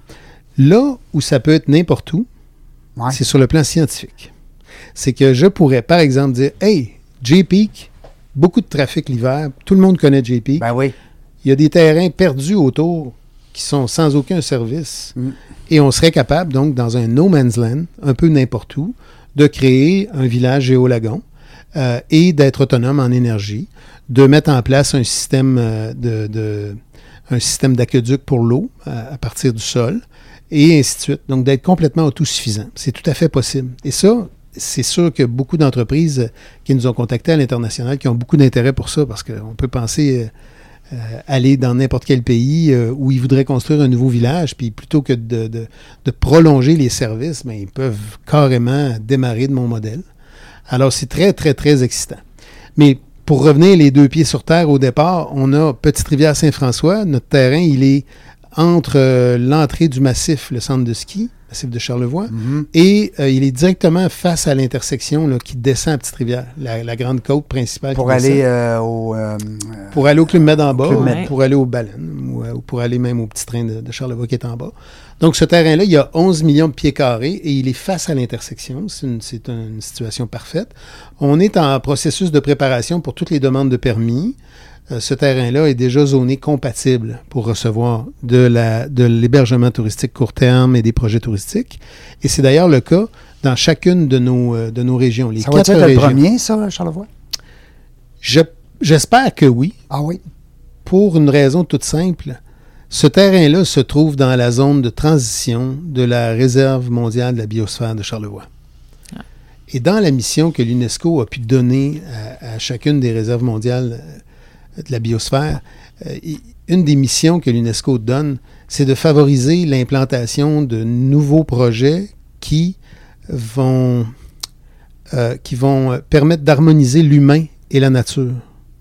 Là où ça peut être n'importe où, ouais. c'est sur le plan scientifique. C'est que je pourrais, par exemple, dire « Hey, J-Peak, beaucoup de trafic l'hiver, tout le monde connaît J-Peak. Ben oui. Il y a des terrains perdus autour qui sont sans aucun service. Mm. Et on serait capable, donc, dans un no man's land, un peu n'importe où, de créer un village géolagon euh, et d'être autonome en énergie, de mettre en place un système, euh, de, de, un système d'aqueduc pour l'eau à, à partir du sol, et ainsi de suite. Donc, d'être complètement autosuffisant. C'est tout à fait possible. Et ça, c'est sûr que beaucoup d'entreprises qui nous ont contactés à l'international, qui ont beaucoup d'intérêt pour ça, parce qu'on peut penser... Euh, Euh, aller dans n'importe quel pays euh, où ils voudraient construire un nouveau village, puis plutôt que de, de, de prolonger les services, bien, ils peuvent carrément démarrer de mon modèle. Alors, c'est très, très, très excitant. Mais pour revenir les deux pieds sur terre au départ, on a Petite-Rivière-Saint-François. Notre terrain, il est entre euh, l'entrée du massif, le centre de ski, massif de Charlevoix, mm-hmm. et euh, il est directement face à l'intersection là, qui descend à Petite-Rivière, la, la grande côte principale. Pour aller euh, au... Euh, pour aller au Club Med en bas, Club Med. Pour aller aux Baleines, ou, ou pour aller même au petit train de, de Charlevoix qui est en bas. Donc, ce terrain-là, il y a onze millions de pieds carrés et il est face à l'intersection. C'est une, c'est une situation parfaite. On est en processus de préparation pour toutes les demandes de permis. Ce terrain-là est déjà zoné compatible pour recevoir de, la, de l'hébergement touristique court terme et des projets touristiques. Et c'est d'ailleurs le cas dans chacune de nos, de nos régions. Les ça va être le premier, ça, Charlevoix? Je, j'espère que oui. Ah oui? Pour une raison toute simple. Ce terrain-là se trouve dans la zone de transition de la Réserve mondiale de la biosphère de Charlevoix. Ah. Et dans la mission que l'UNESCO a pu donner à, à chacune des réserves mondiales de la biosphère, euh, une des missions que l'UNESCO donne, c'est de favoriser l'implantation de nouveaux projets qui vont, euh, qui vont permettre d'harmoniser l'humain et la nature.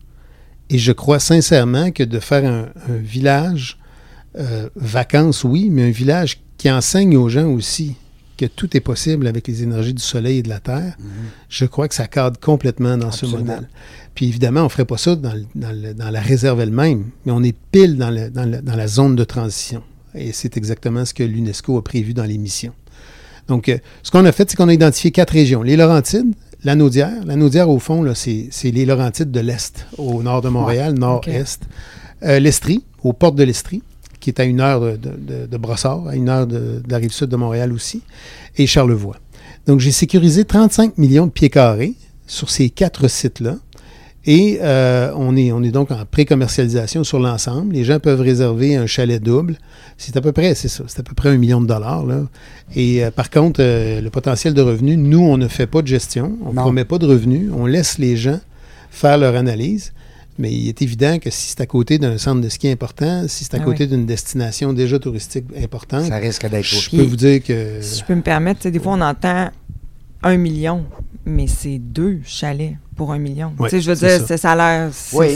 Et je crois sincèrement que de faire un, un village, euh, vacances, oui, mais un village qui enseigne aux gens aussi que tout est possible avec les énergies du soleil et de la terre, mm-hmm. je crois que ça cadre complètement dans Absolument. ce modèle. Puis évidemment, on ne ferait pas ça dans, le, dans, le, dans la réserve elle-même, mais on est pile dans, le, dans, le, dans la zone de transition. Et c'est exactement ce que l'UNESCO a prévu dans les missions. Donc, euh, ce qu'on a fait, c'est qu'on a identifié quatre régions. Les Laurentides, la Naudière. La Naudière, au fond, là, c'est, c'est les Laurentides de l'Est, au nord de Montréal, ouais. nord-est. Okay. Euh, L'Estrie, aux portes de l'Estrie, qui est à une heure de, de, de Brossard, à une heure de, de la rive sud de Montréal aussi, et Charlevoix. Donc, j'ai sécurisé trente-cinq millions de pieds carrés sur ces quatre sites-là. Et euh, on, est, on est donc en pré-commercialisation sur l'ensemble. Les gens peuvent réserver un chalet double. C'est à peu près, c'est ça, c'est à peu près un million de dollars. Là. Et euh, par contre, euh, le potentiel de revenus, nous, on ne fait pas de gestion. On ne promet pas de revenus. On laisse les gens faire leur analyse. Mais il est évident que si c'est à côté d'un centre de ski important, si c'est à ah côté oui. d'une destination déjà touristique importante, ça risque d'être je peux vous dire que... Si je peux me permettre, des fois, on entend un million, mais c'est deux chalets pour un million. Ouais, je veux dire, ça. Ça, ça a l'air... Oui.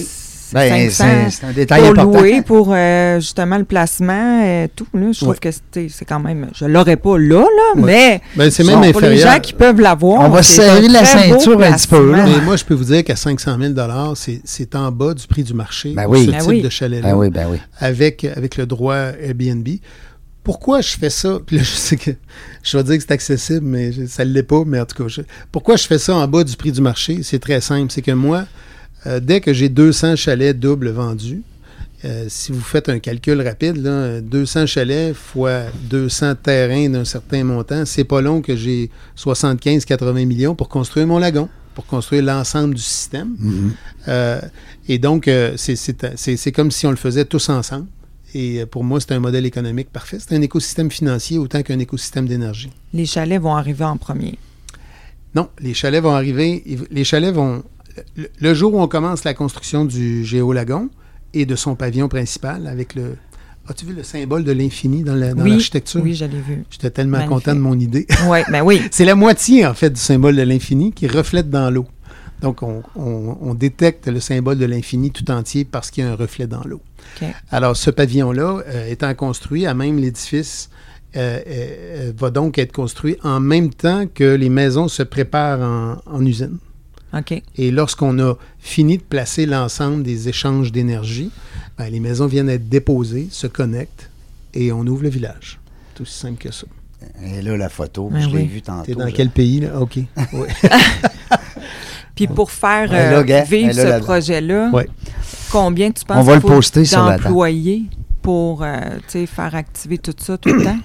c'est Ben, cinq cents c'est, c'est un détail pour important. louer, pour euh, justement le placement, et tout. Là, je trouve Ouais. que c'est, c'est quand même... Je l'aurais pas là, là, Ouais. mais Ben, c'est bon, même pour les inférieur. gens qui peuvent l'avoir, On va c'est serrer un la très beau ceinture un petit peu, là. placement. Mais moi, je peux vous dire qu'à cinq cent mille dollars, c'est, c'est en bas du prix du marché Ben pour oui. ce Ben type oui. de chalet-là, Ben oui, ben oui. avec, avec le droit Airbnb. Pourquoi je fais ça? Puis là, je sais que je vais dire que c'est accessible, mais je- ça ne l'est pas. Mais en tout cas, je- pourquoi je fais ça en bas du prix du marché? C'est très simple. C'est que moi, euh, dès que j'ai deux cents chalets doubles vendus, euh, si vous faites un calcul rapide, là, deux cents chalets fois deux cents terrains d'un certain montant, c'est pas long que j'ai soixante-quinze à quatre-vingts millions pour construire mon lagon, pour construire l'ensemble du système. Mhm. Euh, et donc, euh, c'est, c'est, c'est, c'est comme si on le faisait tous ensemble. Et euh, pour moi, c'est un modèle économique parfait. C'est un écosystème financier autant qu'un écosystème d'énergie. Les chalets vont arriver en premier. Non, les chalets vont arriver. ils- Les chalets vont. Le, le jour où on commence la construction du Géolagon et de son pavillon principal avec le. As-tu vu le symbole de l'infini dans, la, dans oui, l'architecture? oui, je l'ai vu. J'étais tellement Magnifique. content de mon idée. Oui, ben oui. C'est la moitié, en fait, du symbole de l'infini qui reflète dans l'eau. Donc, on, on- on détecte le symbole de l'infini tout entier parce qu'il y a un reflet dans l'eau. OK. Alors, ce pavillon-là, euh, étant construit, à même l'édifice, euh, euh, va donc être construit en même temps que les maisons se préparent en, en usine. OK. Et lorsqu'on a fini de placer l'ensemble des échanges d'énergie, ben, les maisons viennent être déposées, se connectent et on ouvre le village. Tout aussi simple que ça. Et là, la photo, Ben je l'ai oui. vue tantôt. T'es dans je- quel pays, là? OK. Oui. Puis pour faire Ouais, là, euh, gars, vivre elle est ce là-dedans. projet-là, Ouais. combien tu penses On va qu'il le faut poster sur la table. d'employés pour euh, tu sais, faire activer tout ça tout le temps?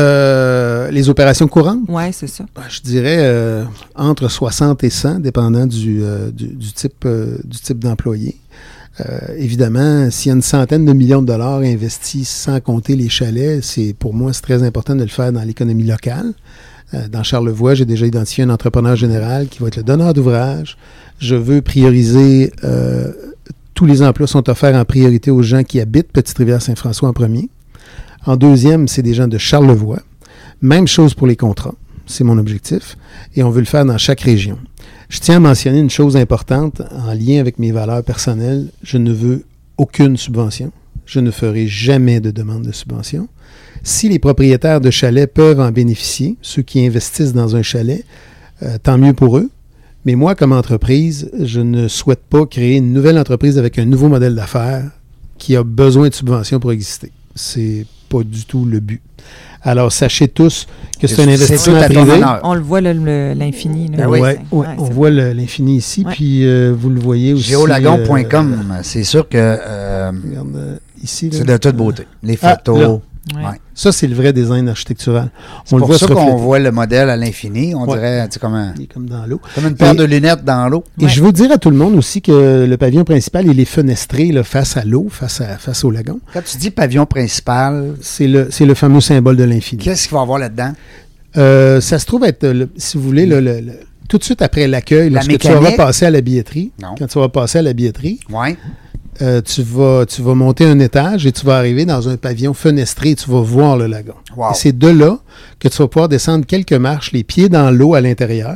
Euh, les opérations courantes? Oui, c'est ça. Ben, je dirais euh, entre soixante et cent, dépendant du, euh, du, du type, euh, du type d'employé. Euh, évidemment, s'il y a une centaine de millions de dollars investis sans compter les chalets, c'est pour moi, c'est très important de le faire dans l'économie locale. Euh, dans Charlevoix, j'ai déjà identifié un entrepreneur général qui va être le donneur d'ouvrage. Je veux prioriser, euh, tous les emplois sont offerts en priorité aux gens qui habitent Petite-Rivière-Saint-François en premier. En deuxième, c'est des gens de Charlevoix. Même chose pour les contrats. C'est mon objectif. Et on veut le faire dans chaque région. Je tiens à mentionner une chose importante en lien avec mes valeurs personnelles. Je ne veux aucune subvention. Je ne ferai jamais de demande de subvention. Si les propriétaires de chalets peuvent en bénéficier, ceux qui investissent dans un chalet, euh, tant mieux pour eux. Mais moi, comme entreprise, je ne souhaite pas créer une nouvelle entreprise avec un nouveau modèle d'affaires qui a besoin de subventions pour exister. C'est pas du tout le but. Alors, sachez tous que c'est un C'est investissement tout à ton privé. honneur. On le voit, là, le- l'infini. Là. Ah oui. Ouais, C'est- ouais, ouais, on c'est- voit le- l'infini ici, Ouais. puis euh, vous le voyez aussi. géolagon point com, euh, c'est sûr que euh, regarde, euh, ici, là. c'est de toute beauté. Les Ah, photos. là. Ouais. Ouais. Ça, c'est le vrai design architectural. C'est On le pour voit ça se qu'on refléter. voit le modèle à l'infini. On Ouais. dirait tu sais, comme, un- Il est comme dans l'eau. comme une paire Et- de lunettes dans l'eau. Et Ouais. je veux dire à tout le monde aussi que le pavillon principal, il est fenestré là, face à l'eau, face, à, face au lagon. Quand tu dis pavillon principal, C'est le, c'est le fameux symbole de l'infini. qu'est-ce qu'il va y avoir là-dedans? Euh, ça se trouve être, le- si vous voulez, le- le- le- tout de suite après l'accueil, La lorsque tu mécanique? vas passer à la billetterie, Non. quand tu vas passer à la billetterie, Oui. euh, tu, vas, tu vas monter un étage et tu vas arriver dans un pavillon fenestré et tu vas voir le lagon. Wow. Et c'est de là que tu vas pouvoir descendre quelques marches, les pieds dans l'eau à l'intérieur,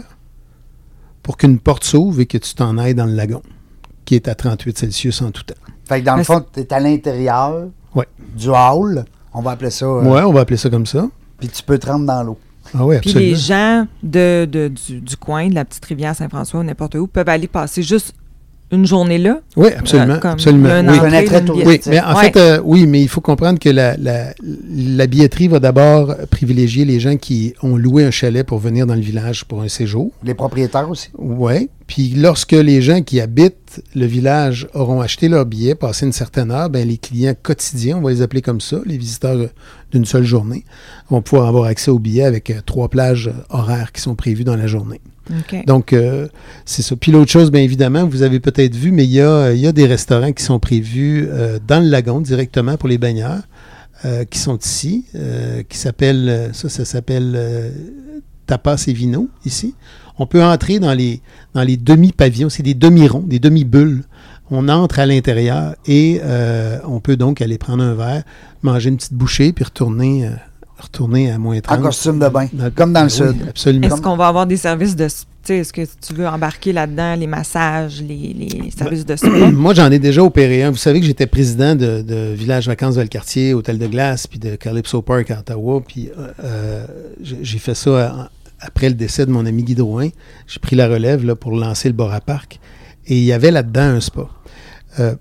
pour qu'une porte s'ouvre et que tu t'en ailles dans le lagon, qui est à trente-huit Celsius en tout temps. Fait que dans le Mais fond, tu es à l'intérieur Ouais. du hall. On va appeler ça. euh, Ouais, on va appeler ça comme ça. Puis tu peux te rendre dans l'eau. Ah oui, Puis absolument. les gens de, de- du, du coin, de la petite rivière Saint-François, n'importe où, peuvent aller passer juste une journée là. Oui, absolument. Euh, comme absolument. un Oui. entrée Connaîtrait d'une tout- Oui, billetterie. mais en Ouais. fait, euh, oui, mais il faut comprendre que la, la, la billetterie va d'abord privilégier les gens qui ont loué un chalet pour venir dans le village pour un séjour. Les propriétaires aussi. Oui. Puis lorsque les gens qui habitent le village auront acheté leur billet, passé une certaine heure, ben les clients quotidiens, on va les appeler comme ça, les visiteurs euh, d'une seule journée, vont pouvoir avoir accès au billet avec euh, trois plages euh, horaires qui sont prévues dans la journée. OK. Donc, euh, c'est ça. Puis l'autre chose, bien évidemment, vous avez peut-être vu, mais il y a, il y a des restaurants qui sont prévus euh, dans le lagon directement pour les baigneurs, euh, qui sont ici, euh, qui s'appellent, euh, ça, ça s'appelle euh, Tapas et Vino, ici. On peut entrer dans les, dans les demi-pavillons, c'est des demi-ronds, des demi-bulles. On entre à l'intérieur et euh, on peut donc aller prendre un verre, manger une petite bouchée, puis retourner, euh, retourner à moins En trente. costume de bain. Dans- Comme dans le Oui, sud. absolument. Est-ce qu'on va avoir des services de sais, est-ce que tu veux embarquer là-dedans les massages, les, les services de spa? Moi, j'en ai déjà opéré un. Vous savez que j'étais président de, de Village Vacances Valcartier, Hôtel de Glace, puis de Calypso Park à Ottawa. Puis euh, j'ai fait ça à, après le décès de mon ami Guy Drouin. J'ai pris la relève là, pour lancer le Bora Park. Et il y avait là-dedans un spa. Euh,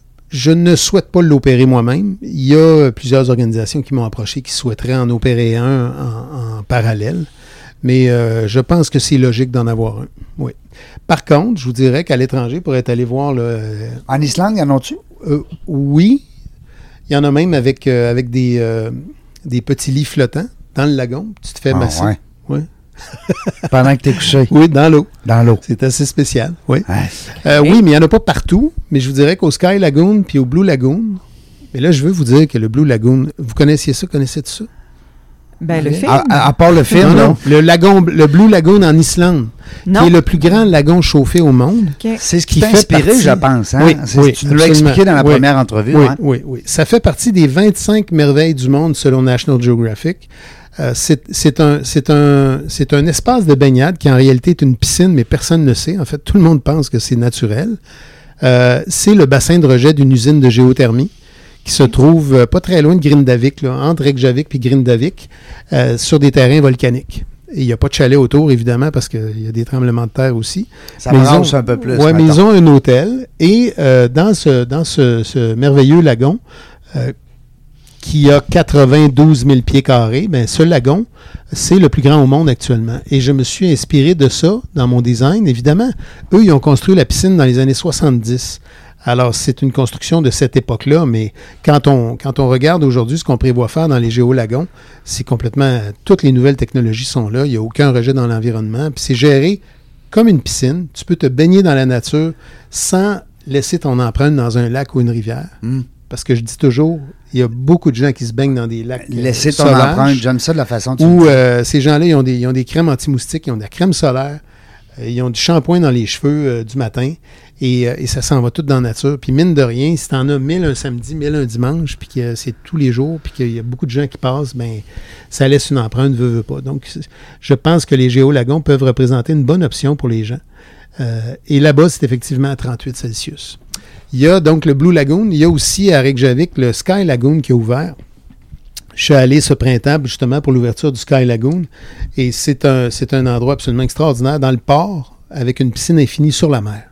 je ne souhaite pas l'opérer moi-même. Il y a plusieurs organisations qui m'ont approché qui souhaiteraient en opérer un en, en parallèle. Mais euh, je pense que c'est logique d'en avoir un. Oui. Par contre, je vous dirais qu'à l'étranger, pour être allé voir... Là, euh, en Islande, y en a-tu? Euh, oui. Il y en a même avec, euh, avec des, euh, des petits lits flottants dans le lagon. Tu te fais Ah, masser. ouais. Oui. Pendant que tu es couché. Oui, dans l'eau. Dans l'eau. C'est assez spécial. Oui. Ouais. Euh, oui, mais il n'y en a pas partout. Mais je vous dirais qu'au Sky Lagoon puis au Blue Lagoon... Mais là, je veux vous dire que le Blue Lagoon... Vous connaissiez ça? Connaissez-vous ça? Ben, le Oui. film. À, à- à part le film, Non, là. non. Le, lagon, le Blue Lagoon en Islande, Non. qui est le plus grand lagon chauffé au monde. OK. C'est ce qui Qui t'a fait inspiré, partie- je pense. Hein? Oui, C'est- oui, tu nous l'as absolument. expliqué dans la Oui. première entrevue. Oui, hein? oui, oui. Ça fait partie des vingt-cinq merveilles du monde selon National Geographic. Euh, c'est, c'est, un, c'est, un, c'est un espace de baignade qui en réalité est une piscine, mais personne ne le sait. En fait, tout le monde pense que c'est naturel. Euh, c'est le bassin de rejet d'une usine de géothermie qui se trouve euh, pas très loin de Grindavik, là, entre Reykjavik et Grindavik, euh, sur des terrains volcaniques. Et il n'y a pas de chalet autour, évidemment, parce qu'il y a des tremblements de terre aussi. Ça Mais ils brasse ont- un peu plus. Oui, mais mettons. ils ont un hôtel. Et euh, dans, ce, dans ce, ce merveilleux lagon, euh, qui a quatre-vingt-douze mille pieds carrés, ben, ce lagon, c'est le plus grand au monde actuellement. Et je me suis inspiré de ça dans mon design. Évidemment, eux, ils ont construit la piscine dans les années soixante-dix. Alors, c'est une construction de cette époque-là, mais quand on, quand on regarde aujourd'hui ce qu'on prévoit faire dans les géolagons, c'est complètement... Toutes les nouvelles technologies sont là, il n'y a aucun rejet dans l'environnement, puis c'est géré comme une piscine. Tu peux te baigner dans la nature sans laisser ton empreinte dans un lac ou une rivière. Mm. Parce que je dis toujours, il y a beaucoup de gens qui se baignent dans des lacs euh, Laisser ton sauvages, empreinte. J'aime ça de la façon dont tu où le dis. euh, ces gens-là, ils ont, des, ils ont des crèmes anti-moustiques, ils ont de la crème solaire, euh, ils ont du shampoing dans les cheveux euh, du matin, et, euh, et ça s'en va tout dans la nature. Puis mine de rien, si t'en as mille un samedi, mille un dimanche, puis que c'est tous les jours, puis qu'il y a beaucoup de gens qui passent, ben ça laisse une empreinte, veut, veut pas. Donc, c'est- je pense que les géolagons peuvent représenter une bonne option pour les gens. Euh, et là-bas, c'est effectivement à trente-huit Celsius. Il y a donc le Blue Lagoon. Il y a aussi à Reykjavik le Sky Lagoon qui est ouvert. Je suis allé ce printemps justement pour l'ouverture du Sky Lagoon. Et c'est un, c'est un endroit absolument extraordinaire dans le port avec une piscine infinie sur la mer.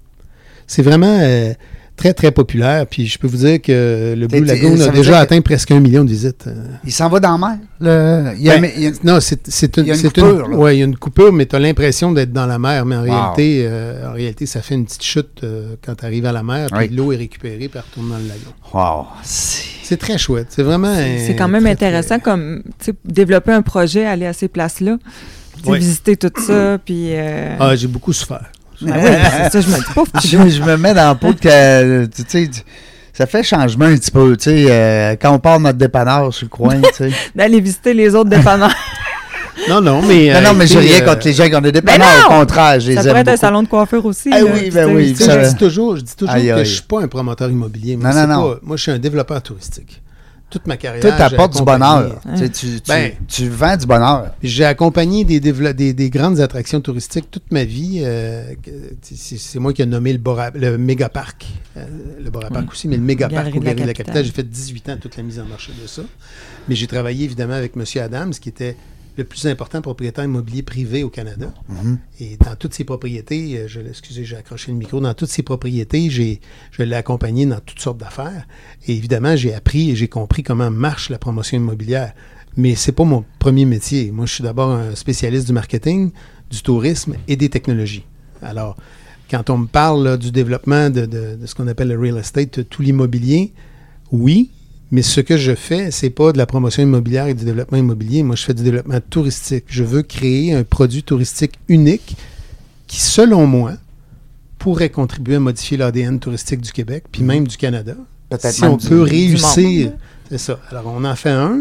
C'est vraiment euh, très, très populaire. Puis je peux vous dire que le T'es- Blue t'es- Lagoon ça a veut déjà dire que- atteint presque un million de visites. Euh, Il s'en va dans la mer. Le... Il y a- ben, il y a- non, c'est, c'est une, il y a une c'est coupure, là. ouais, il y a une coupure, mais tu as l'impression d'être dans la mer. Mais en, Wow. réalité, euh, en réalité, ça fait une petite chute euh, quand tu arrives à la mer, puis Oui. l'eau est récupérée, puis elle retourne dans le lagon. Wow. C'est- C'est très chouette. C'est vraiment. C'est un c'est quand même très, intéressant très- comme tu sais, développer un projet, aller à ces places-là, tu sais, Oui. visiter tout ça, puis. euh, Ah, j'ai beaucoup souffert. ben oui, c'est ça, je me dis pas. je, je me mets dans la peau de que, tu sais, tu- ça fait changement un petit peu, tu sais, euh, quand on part de notre dépanneur sur le coin, tu sais. D'aller visiter les autres dépanneurs. Non, non, mais. non, euh, non, mais j'ai écoutez, rien euh, contre les gens qui ont des Ben dépanneurs, non! au contraire, je les Ça aime pourrait être un beaucoup. salon de coiffure aussi. Ah là, oui, tu ben sais, oui, Tu sais, ça- je dis toujours, je dis toujours Aïe, que aïe. je suis pas un promoteur immobilier. Moi, Non, c'est non, non. pas- moi, je suis un développeur touristique. Toute ma carrière. Toi, j'ai t'apportes du accompagné- bonheur. Tu, sais, tu, tu, Ben. tu vends du bonheur. J'ai accompagné des, dévelop- des, des grandes attractions touristiques toute ma vie. euh, que- c'est, c'est moi qui ai nommé le, Bora, le méga parc. Euh, le Bora Park Oui. aussi, mais le méga parc Galerie au de la Galerie de la Capitale. Capitale. J'ai fait dix-huit ans toute la mise en marché de ça. Mais j'ai travaillé évidemment avec M. Adams, qui était le plus important propriétaire immobilier privé au Canada. Mhm. Et dans toutes ses propriétés, euh, je, excusez, j'ai accroché le micro, dans toutes ses propriétés, j'ai, je l'ai accompagné dans toutes sortes d'affaires. Et évidemment, j'ai appris et j'ai compris comment marche la promotion immobilière. Mais c'est pas mon premier métier. Moi, je suis d'abord un spécialiste du marketing, du tourisme et des technologies. Alors, quand on me parle là, du développement de, de, de ce qu'on appelle le real estate, tout l'immobilier, oui, mais ce que je fais, c'est pas de la promotion immobilière et du développement immobilier. Moi, je fais du développement touristique. Je veux créer un produit touristique unique qui, selon moi, pourrait contribuer à modifier l'A D N touristique du Québec, puis même du Canada. Peut-être Si même on du- peut du réussir, monde. c'est ça. Alors, on en fait un.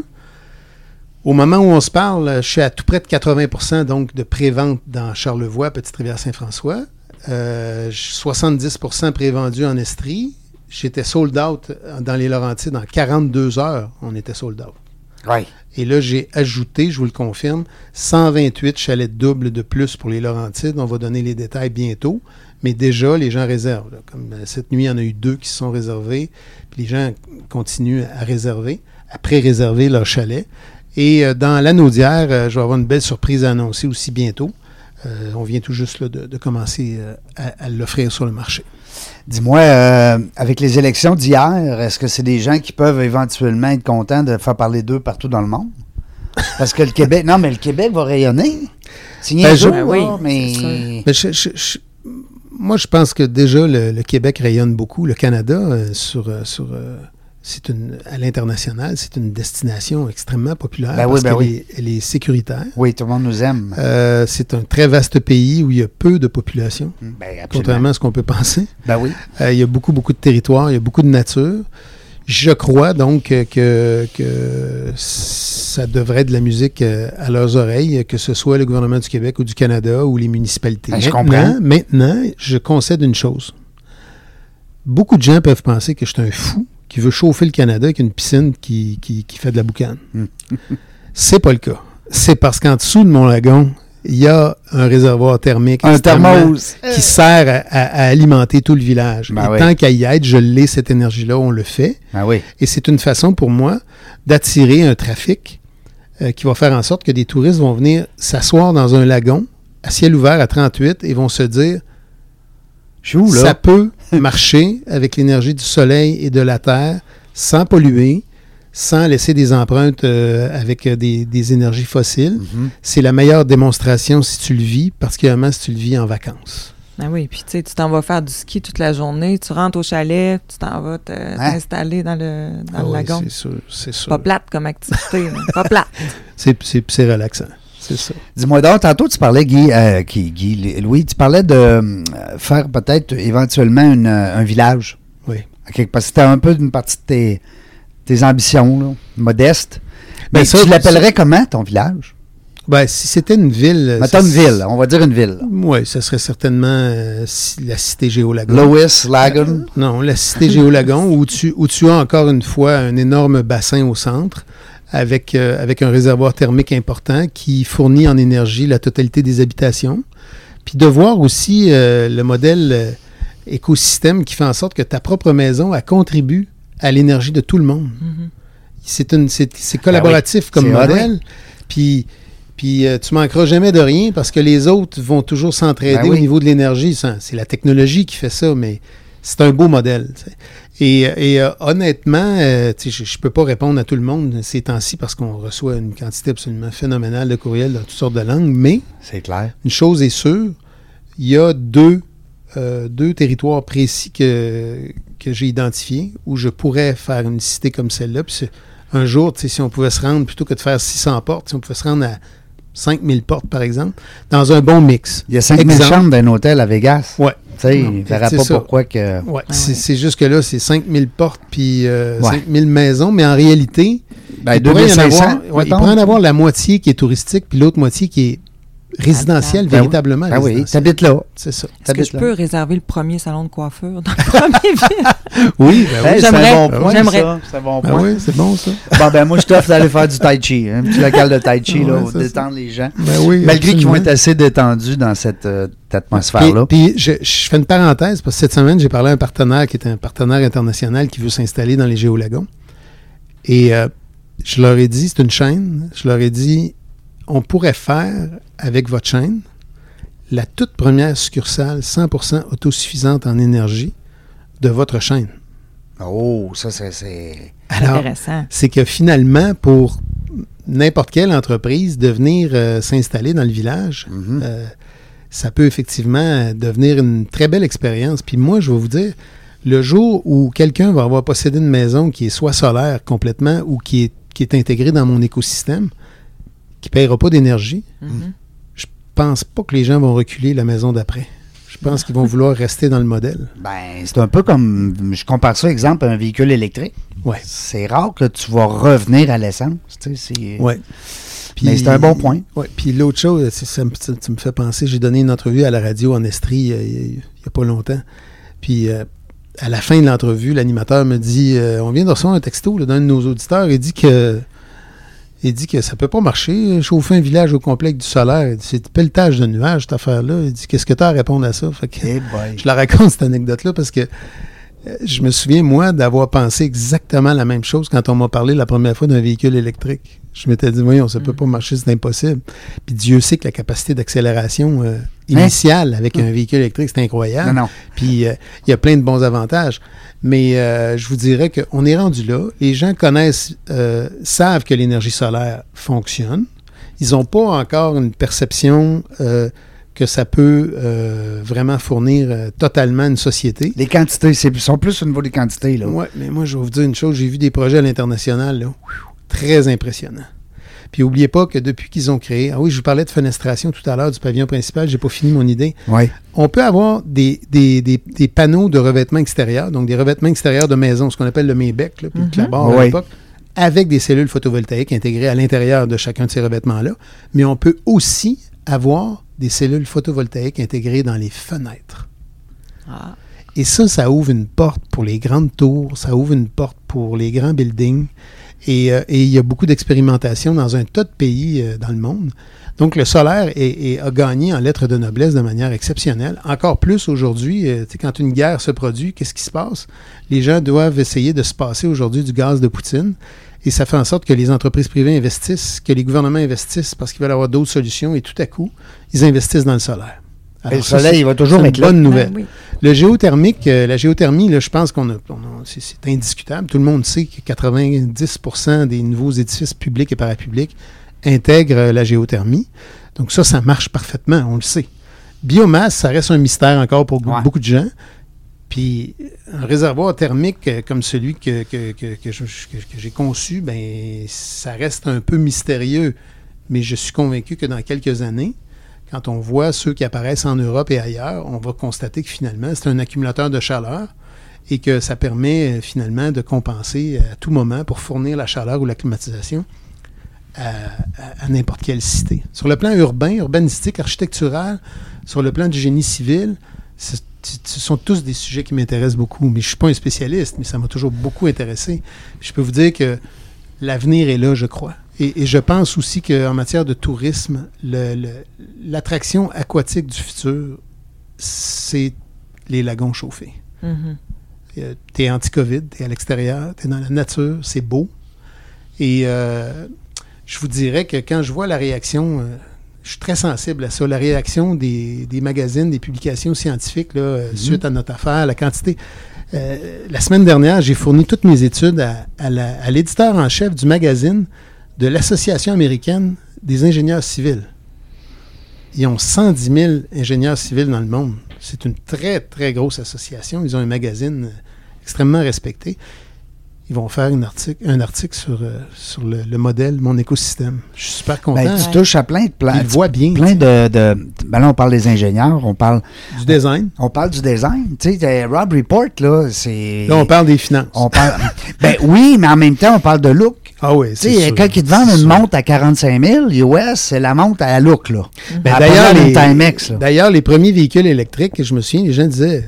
Au moment où on se parle, je suis à tout près de quatre-vingts pour cent donc, de pré-vente dans Charlevoix, Petite-Rivière-Saint-François. Euh, soixante-dix pour cent pré-vendu en Estrie. J'étais sold out dans les Laurentides en quarante-deux heures. On était sold out. Oui. Et là, j'ai ajouté, je vous le confirme, cent vingt-huit chalets doubles de plus pour les Laurentides. On va donner les détails bientôt. Mais déjà, les gens réservent. Là. Comme cette nuit, il y en a eu deux qui se sont réservés. Puis les gens continuent à réserver, à pré-réserver leur chalet. Et euh, dans l'Anaudière, euh, je vais avoir une belle surprise à annoncer aussi bientôt. Euh, on vient tout juste là, de, de commencer euh, à, à l'offrir sur le marché. Dis-moi, euh, avec les élections d'hier, est-ce que c'est des gens qui peuvent éventuellement être contents de faire parler d'eux partout dans le monde? Parce que le Québec... Non, mais le Québec va rayonner. C'est bien Ben, sûr, je- là, oui, mais... Mais je- je- je- moi, je pense que déjà, le, le Québec rayonne beaucoup. Le Canada, euh, sur, euh, sur, euh, c'est une, à l'international, c'est une destination extrêmement populaire Ben oui, parce ben qu'elle oui. est, elle est sécuritaire. Oui, tout le monde nous aime. Euh, c'est un très vaste pays où il y a peu de population, Ben, absolument. contrairement à ce qu'on peut penser. Ben oui. Euh, il y a beaucoup, beaucoup de territoires, il y a beaucoup de nature. Je crois donc que, que, que ça devrait être de la musique euh, à leurs oreilles, que ce soit le gouvernement du Québec ou du Canada ou les municipalités. Ben, je maintenant, comprends. maintenant, je concède une chose. Beaucoup de gens peuvent penser que je suis un fou qui veut chauffer le Canada avec une piscine qui, qui, qui fait de la boucane. Hmm. C'est pas le cas. C'est parce qu'en dessous de mon lagon, il y a un réservoir thermique Un extrêmement- thermos. qui sert à, à- à alimenter tout le village. Ben Et oui. tant qu'à y être, je l'ai, cette énergie-là, on le fait. Ben oui. Et c'est une façon pour moi d'attirer un trafic euh, qui va faire en sorte que des touristes vont venir s'asseoir dans un lagon à ciel ouvert à trente-huit et vont se dire Je suis où, là? ça peut marcher avec l'énergie du soleil et de la terre sans polluer, sans laisser des empreintes euh, avec euh, des, des énergies fossiles. Mhm. C'est la meilleure démonstration si tu le vis, particulièrement si tu le vis en vacances. Ah oui, puis tu sais, tu t'en vas faire du ski toute la journée, tu rentres au chalet, tu t'en vas te- t'installer dans le, dans Ah le oui, lagon. c'est sûr, c'est sûr. Pas plate comme activité, là. Pas plate. C'est, c'est, c'est relaxant, c'est ça. Dis-moi donc, tantôt tu parlais, Guy, euh, qui, Guy, Louis, tu parlais de euh, faire peut-être éventuellement une, euh, un village. Oui. Ok, parce que c'était un peu une partie de tes, tes ambitions, là, modestes. Ben, Mais ça, tu l'appellerais ça- comment, ton village? Ben, si c'était une ville... Mettons ça- une ville, on va dire une ville. Oui, ça serait certainement euh, si- la cité Géolagon. Lois, Lagon. Non, la cité Géolagon, où tu, où tu as encore une fois un énorme bassin au centre, avec, euh, avec un réservoir thermique important qui fournit en énergie la totalité des habitations. Puis de voir aussi euh, le modèle euh, écosystème qui fait en sorte que ta propre maison, elle contribue à l'énergie de tout le monde. Mhm. C'est, une, c'est, c'est collaboratif comme C'est hot, modèle. Puis, puis euh, tu manqueras jamais de rien parce que les autres vont toujours s'entraider Ben oui. au niveau de l'énergie. Ça, c'est la technologie qui fait ça, mais c'est un beau modèle. Tu sais. Et, et euh, honnêtement, euh, tu sais, je ne peux pas répondre à tout le monde ces temps-ci parce qu'on reçoit une quantité absolument phénoménale de courriels dans toutes sortes de langues, mais C'est clair. une chose est sûre, il y a deux, euh, deux territoires précis que, que j'ai identifiés où je pourrais faire une cité comme celle-là. Puis c'est- un jour, tu sais, si on pouvait se rendre, plutôt que de faire six cents portes, si on pouvait se rendre à cinq mille portes, par exemple, dans un bon mix. Il y a cinq mille Exemple. chambres d'un hôtel à Vegas. Ouais. Tu sais, Non, il ne verra c'est pas ça. pourquoi que... Ouais, Ah c'est, ouais. c'est juste que là, c'est cinq mille portes puis euh, Ouais. cinq mille maisons, mais en réalité, Ben, il pourrait y en deux mille cinq cents, avoir, ouais, il mettons. pourrait en avoir la moitié qui est touristique puis l'autre moitié qui est résidentielle, Ben oui. véritablement Ben oui, résidentielle. t'habites là. C'est ça. Est-ce que T'habites je là. peux réserver le premier salon de coiffure dans le premier ville? Oui, ben oui. Hey, c'est J'aimerais. un bon point, J'aimerais. ça. C'est un bon Ben point. oui, c'est bon ça. Bon, ben moi, je t'offre d'aller faire du tai chi. Un petit local de tai chi, là, Ouais, pour c'est détendre les gens. Ben oui, Malgré qu'ils vont absolument. être assez détendus dans cette, euh, cette Puis, atmosphère-là. puis je, je fais une parenthèse parce que cette semaine, j'ai parlé à un partenaire qui est un partenaire international qui veut s'installer dans les Géolagons. Et euh, je leur ai dit, c'est une chaîne, je leur ai dit, on pourrait faire avec votre chaîne la toute première succursale cent pour cent autosuffisante en énergie de votre chaîne. Oh, ça, c'est... c'est... Alors, Intéressant. c'est que finalement, pour n'importe quelle entreprise de venir euh, s'installer dans le village, Mhm. euh, ça peut effectivement devenir une très belle expérience. Puis moi, je vais vous dire, le jour où quelqu'un va avoir possédé une maison qui est soit solaire complètement ou qui est, qui est intégrée dans mon écosystème, qui ne paiera pas d'énergie, Mhm. je pense pas que les gens vont reculer la maison d'après. Je pense qu'ils vont vouloir rester dans le modèle. Ben, c'est un peu comme... Je compare ça, exemple, à un véhicule électrique. Ouais. C'est rare que tu vas revener à l'essence. Tu sais, c'est... Ouais. Mais c'est un bon point. Ouais. Puis l'autre chose, c'est- ça, me- ça- tu me fais penser, j'ai donné une entrevue à la radio en Estrie euh, il n'y a pas longtemps. Puis euh, à la fin de l'entrevue, l'animateur me dit euh, on vient de recevoir un texto là, d'un de nos auditeurs. Il dit que Il dit que ça peut pas marcher, chauffer un village au complet avec du solaire. C'est pelletage de nuages, cette affaire-là. Il dit, qu'est-ce que tu as à répondre à ça? Fait que, hey boy. Je la raconte, cette anecdote-là, parce que je me souviens, moi, d'avoir pensé exactement la même chose quand on m'a parlé la première fois d'un véhicule électrique. Je m'étais dit, voyons, ça ne peut pas marcher, c'est impossible. Puis Dieu sait que la capacité d'accélération euh, initiale hein? avec un véhicule électrique, c'est incroyable. Non, non. Puis euh, il y a plein de bons avantages. Mais euh, je vous dirais qu'on est rendu là. Les gens connaissent, euh, savent que l'énergie solaire fonctionne. Ils n'ont pas encore une perception euh, que ça peut euh, vraiment fournir euh, totalement une société. Les quantités, c'est, sont plus au niveau des quantités. Oui, mais moi, je vais vous dire une chose. J'ai vu des projets à l'international, là, très impressionnants. Puis, n'oubliez pas que depuis qu'ils ont créé... Ah oui, je vous parlais de fenestration tout à l'heure du pavillon principal. Je n'ai pas fini mon idée. Oui. On peut avoir des, des, des, des panneaux de revêtement extérieur, donc des revêtements extérieurs de maison, ce qu'on appelle le Maybec, là, puis mm-hmm. le Clabard oui. à l'époque, avec des cellules photovoltaïques intégrées à l'intérieur de chacun de ces revêtements-là. Mais on peut aussi avoir des cellules photovoltaïques intégrées dans les fenêtres. Ah. Et ça, ça ouvre une porte pour les grandes tours, ça ouvre une porte pour les grands buildings. Et, euh, et il y a beaucoup d'expérimentation dans un tas de pays euh, dans le monde. Donc, le solaire est, est, a gagné en lettres de noblesse de manière exceptionnelle. Encore plus aujourd'hui, euh, quand une guerre se produit, qu'est-ce qui se passe? Les gens doivent essayer de se passer aujourd'hui du gaz de Poutine. Et ça fait en sorte que les entreprises privées investissent, que les gouvernements investissent parce qu'ils veulent avoir d'autres solutions. Et tout à coup, ils investissent dans le solaire. Alors, le soleil, ça, il va toujours c'est être une là. bonne nouvelle. Ah, oui. Le géothermique, euh, la géothermie, là, je pense qu'on a, on a c'est, c'est indiscutable. Tout le monde sait que quatre-vingt-dix pour cent des nouveaux édifices publics et parapublics intègrent euh, la géothermie. Donc ça, ça marche parfaitement, on le sait. Biomasse, ça reste un mystère encore pour ouais. beaucoup de gens. Puis un réservoir thermique euh, comme celui que, que, que, que, je, que, que j'ai conçu, ben ça reste un peu mystérieux. Mais je suis convaincu que dans quelques années, quand on voit ceux qui apparaissent en Europe et ailleurs, on va constater que finalement, c'est un accumulateur de chaleur et que ça permet finalement de compenser à tout moment pour fournir la chaleur ou la climatisation à, à, à n'importe quelle cité. Sur le plan urbain, urbanistique, architectural, sur le plan du génie civil, c'est, ce sont tous des sujets qui m'intéressent beaucoup. Mais je ne suis pas un spécialiste, mais ça m'a toujours beaucoup intéressé. Je peux vous dire que l'avenir est là, je crois. Et, et je pense aussi qu'en matière de tourisme, le, le, l'attraction aquatique du futur, c'est les lagons chauffés. Mm-hmm. Tu es anti-COVID, tu es à l'extérieur, tu es dans la nature, c'est beau. Et euh, je vous dirais que quand je vois la réaction, euh, je suis très sensible à ça, la réaction des, des magazines, des publications scientifiques là, mm-hmm. suite à notre affaire, la quantité... Euh, la semaine dernière, j'ai fourni toutes mes études à, à, la, à l'éditeur en chef du magazine de l'Association américaine des ingénieurs civils. Ils ont cent dix mille ingénieurs civils dans le monde. C'est une très, très grosse association. Ils ont un magazine extrêmement respecté. Ils vont faire une article, un article sur, euh, sur le, le modèle Mon écosystème. Je suis super content. Ben, tu touches à plein de plans. Ils voient bien. Plein de, de... Ben là, on parle des ingénieurs, on parle... Du design. On, on parle du design. Tu sais, Rob Report, là, c'est... Là, on parle des finances. On parle... ben oui, mais en même temps, on parle de look. Ah oui, c'est sûr. Quand ils te vendent une montre à quarante-cinq mille U S, c'est la montre à look, là. Ben, d'ailleurs, les, Timex, là. D'ailleurs, les premiers véhicules électriques, je me souviens, les gens disaient...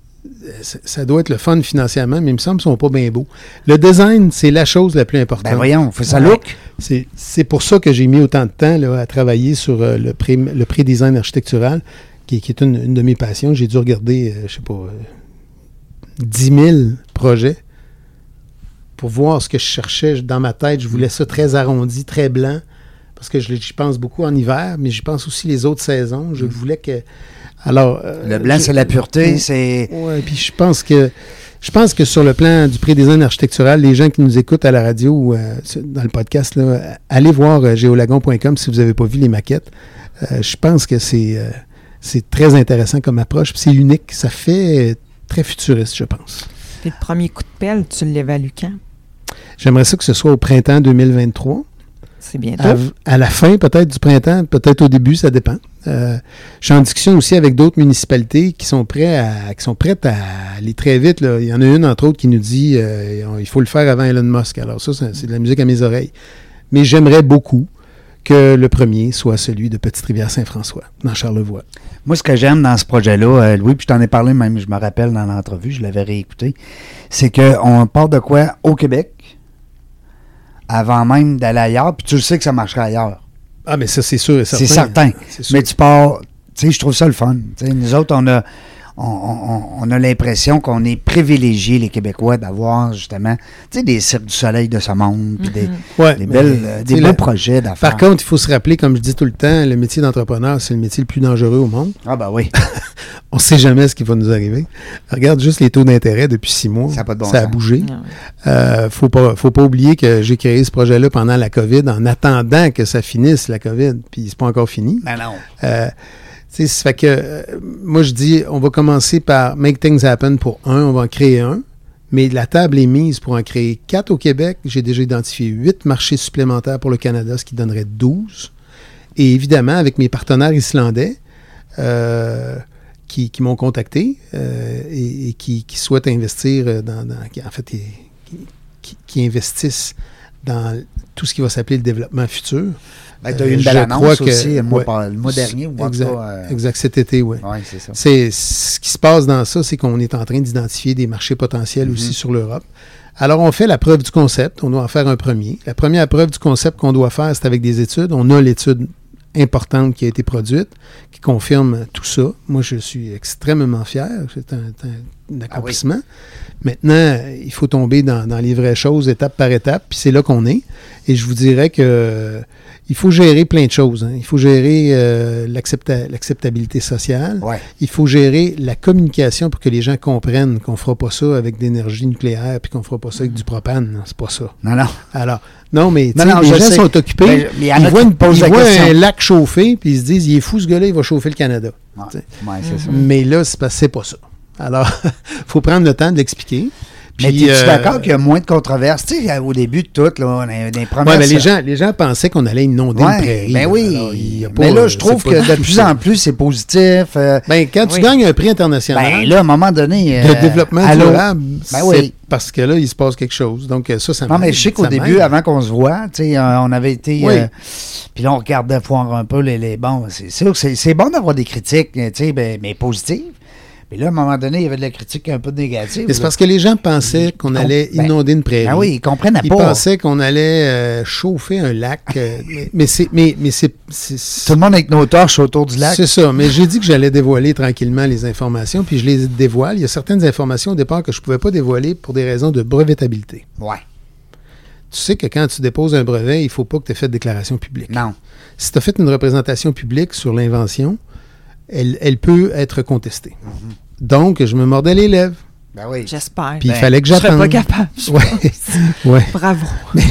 Ça doit être le fun financièrement, mais il me semble qu'ils ne sont pas bien beaux. Le design, c'est la chose la plus importante. Ben voyons, fait ça look. C'est, c'est pour ça que j'ai mis autant de temps là, à travailler sur euh, le, pré, le pré-design architectural, qui, qui est une, une de mes passions. J'ai dû regarder, euh, je sais pas, euh, dix mille projets pour voir ce que je cherchais dans ma tête. Je voulais ça très arrondi, très blanc, parce que je, j'y pense beaucoup en hiver, mais j'y pense aussi les autres saisons. Je mmh. voulais que... Alors, euh, le blanc, je, c'est la pureté, euh, c'est... Oui, puis je pense que je pense que sur le plan du pré-design architectural, les gens qui nous écoutent à la radio ou euh, dans le podcast, là, allez voir euh, géolagon point com si vous n'avez pas vu les maquettes. Euh, je pense que c'est, euh, c'est très intéressant comme approche, puis c'est unique. Ça fait très futuriste, je pense. Et le premier coup de pelle, tu l'évalues quand? J'aimerais ça que ce soit au printemps deux mille vingt-trois. C'est bientôt. À, à la fin, peut-être, du printemps, peut-être au début, ça dépend. Euh, je suis en discussion aussi avec d'autres municipalités qui sont, prêts à, qui sont prêtes à aller très vite. Là. Il y en a une, entre autres, qui nous dit euh, il faut le faire avant Elon Musk. Alors ça, c'est, c'est de la musique à mes oreilles. Mais j'aimerais beaucoup que le premier soit celui de Petite-Rivière-Saint-François, dans Charlevoix. Moi, ce que j'aime dans ce projet-là, euh, Louis, puis je t'en ai parlé même, je me rappelle dans l'entrevue, je l'avais réécouté, c'est qu'on part de quoi au Québec, avant même d'aller ailleurs, puis tu le sais que ça marchera ailleurs. Ah, mais ça, c'est sûr et certain. C'est certain. C'est sûr. Mais tu pars... Tu sais, je trouve ça le fun. Tu sais, nous autres, on a... On, on, on a l'impression qu'on est privilégiés, les Québécois, d'avoir justement tu sais, des Cirques du Soleil de ce monde, puis des, Ouais, des, mais, belles, euh, des beaux la, projets d'affaires. Par contre, il faut se rappeler, comme je dis tout le temps, le métier d'entrepreneur, c'est le métier le plus dangereux au monde. Ah ben oui. On ne sait jamais ce qui va nous arriver. Regarde juste les taux d'intérêt depuis six mois. Ça a pas de bon ça a sens. bougé. Non. Euh, faut pas, faut pas oublier que j'ai créé ce projet-là pendant la COVID, en attendant que ça finisse, la COVID, puis c'est pas encore fini. Ben non. Euh, Tu sais, ça fait que, euh, moi, je dis, on va commencer par make things happen pour un, on va en créer un, mais la table est mise pour en créer quatre au Québec. J'ai déjà identifié huit marchés supplémentaires pour le Canada, ce qui donnerait douze. Et évidemment, avec mes partenaires islandais euh, qui, qui m'ont contacté euh, et, et qui, qui souhaitent investir dans, dans qui, en fait, qui, qui, qui investissent dans tout ce qui va s'appeler le développement futur. Ben, tu as eu une Euh, belle je annonce crois que- aussi le mois, ouais. par- le mois dernier. Ou en Exact, tout cas, euh, exact, cet été, oui. ouais, c'est ça. C'est, ce qui se passe dans ça, c'est qu'on est en train d'identifier des marchés potentiels Mm-hmm. aussi sur l'Europe. Alors, on fait la preuve du concept. On doit en faire un premier. La première preuve du concept qu'on doit faire, c'est avec des études. On a l'étude importante qui a été produite, qui confirme tout ça. Moi, je suis extrêmement fier. C'est un, un- un accomplissement. Maintenant, il faut tomber dans, dans les vraies choses, étape par étape, puis c'est là qu'on est. Et je vous dirais que euh, il faut gérer plein de choses. Hein. Il faut gérer euh, l'accepta- l'acceptabilité sociale. Ouais. Il faut gérer la communication pour que les gens comprennent qu'on ne fera pas ça avec de l'énergie nucléaire puis qu'on ne fera pas ça avec du propane. Non, c'est pas ça. Non, non. Alors, non, mais tu Non, sais, non, les je gens sais. sont occupés. Ben, mais il y en a ils qui voient, une- posent ils la voient question. un lac chauffé puis ils se disent, il est fou ce gars-là, il va chauffer le Canada. Ouais, Tu sais. ouais, c'est ça. Mais là, c'est parce que c'est pas ça. Alors, il faut prendre le temps de l'expliquer. Mais Puis, es-tu euh, d'accord qu'il y a moins de controverses? Tu sais, au début de tout, là, on a des premières... Ouais, mais les gens, les gens pensaient qu'on allait inonder Ouais, une prairie. ben oui. Alors, il y a pas- mais là, je trouve c'est que pas de tout plus ça. en plus, c'est positif. euh, Ben, quand tu Oui. gagnes un prix international ben là, à un moment donné... de euh, développement allô? durable, Ben c'est oui. parce que là, il se passe quelque chose. Donc, ça, ça Non, mais m'aide, je sais qu'au ça début, m'aide. avant qu'on se voit, tu sais, euh, on avait été... Oui. euh, puis là, on regardait foire un peu les... les bon, c'est sûr que c'est, c'est bon d'avoir des critiques, tu sais, ben, mais positives. Mais là, à un moment donné, il y avait de la critique un peu négative. Mais c'est là. parce que les gens pensaient qu'on com- allait ben, inonder une prairie. Ben oui, ils comprenaient Ils pas. pensaient qu'on allait euh, chauffer un lac. euh, mais, mais c'est... Mais, mais c'est, c'est, Tout le monde avec nos torches autour du lac. C'est ça, mais j'ai dit que j'allais dévoiler tranquillement les informations, puis je les dévoile. Il y a certaines informations au départ que je ne pouvais pas dévoiler pour des raisons de brevetabilité. Ouais. Tu sais que quand tu déposes un brevet, il ne faut pas que tu aies fait de déclaration publique. Non. Si tu as fait une représentation publique sur l'invention, elle, elle peut être contestée. Mm-hmm. Donc, je me mordais les lèvres. Ben oui. J'espère. Puis il Ben, fallait que Je serais j'attende. pas capable. je Ouais. pense. Ouais. Bravo.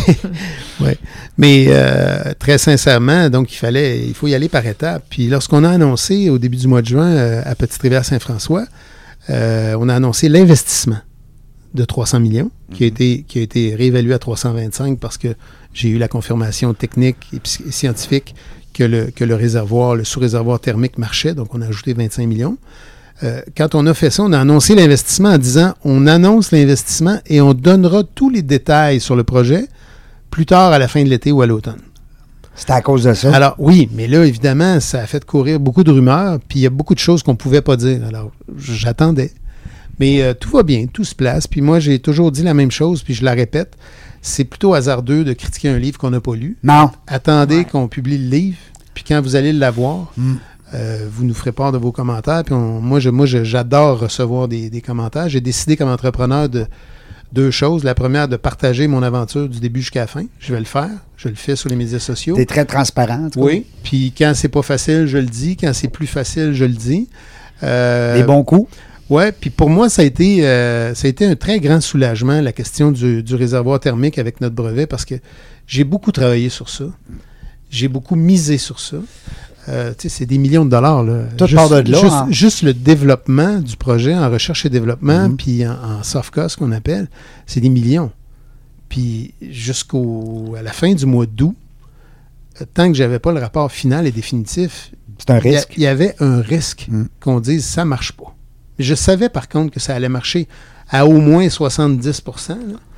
Ouais. Mais euh, très sincèrement, donc il fallait, il faut y aller par étapes. Puis lorsqu'on a annoncé au début du mois de juin euh, à Petite-Rivière-Saint-François, euh, on a annoncé l'investissement de trois cents millions, qui a été, qui a été réévalué à trois cent vingt-cinq parce que j'ai eu la confirmation technique et, psy- et scientifique que le, que le réservoir, le sous-réservoir thermique marchait, donc on a ajouté vingt-cinq millions. Euh, quand on a fait ça, on a annoncé l'investissement en disant on annonce l'investissement et on donnera tous les détails sur le projet plus tard à la fin de l'été ou à l'automne. C'était à cause de ça. Alors oui, mais là, évidemment, ça a fait courir beaucoup de rumeurs, puis il y a beaucoup de choses qu'on ne pouvait pas dire. Alors, j'attendais. Mais euh, tout va bien, tout se place. Puis moi, j'ai toujours dit la même chose, puis je la répète. C'est plutôt hasardeux de critiquer un livre qu'on n'a pas lu. Non. Attendez Ouais. qu'on publie le livre, puis quand vous allez l'avoir, Mm. euh, vous nous ferez part de vos commentaires. Puis on- moi, je, moi je- j'adore recevoir des, des commentaires. J'ai décidé comme entrepreneur de deux choses. La première, de partager mon aventure du début jusqu'à la fin. Je vais le faire. Je le fais sur les médias sociaux. T'es très transparent, en tout cas. Oui. Puis quand c'est pas facile, je le dis. Quand c'est plus facile, je le dis. Euh, Des bons coups. Ouais, puis pour moi, ça a été euh, ça a été un très grand soulagement, la question du, du réservoir thermique avec notre brevet, parce que j'ai beaucoup travaillé sur ça. J'ai beaucoup misé sur ça. Euh, tu sais, c'est des millions de dollars, là. Tout juste, part de là, Juste, hein. juste le développement du projet en recherche et développement, Mhm. puis en, en soft cost, qu'on appelle, c'est des millions. Puis jusqu'au à la fin du mois d'août, euh, tant que j'avais pas le rapport final et définitif, C'est un il y a- risque. il y avait un risque Mm. qu'on dise ça marche pas. Je savais par contre que ça allait marcher à au moins soixante-dix pour cent. Là.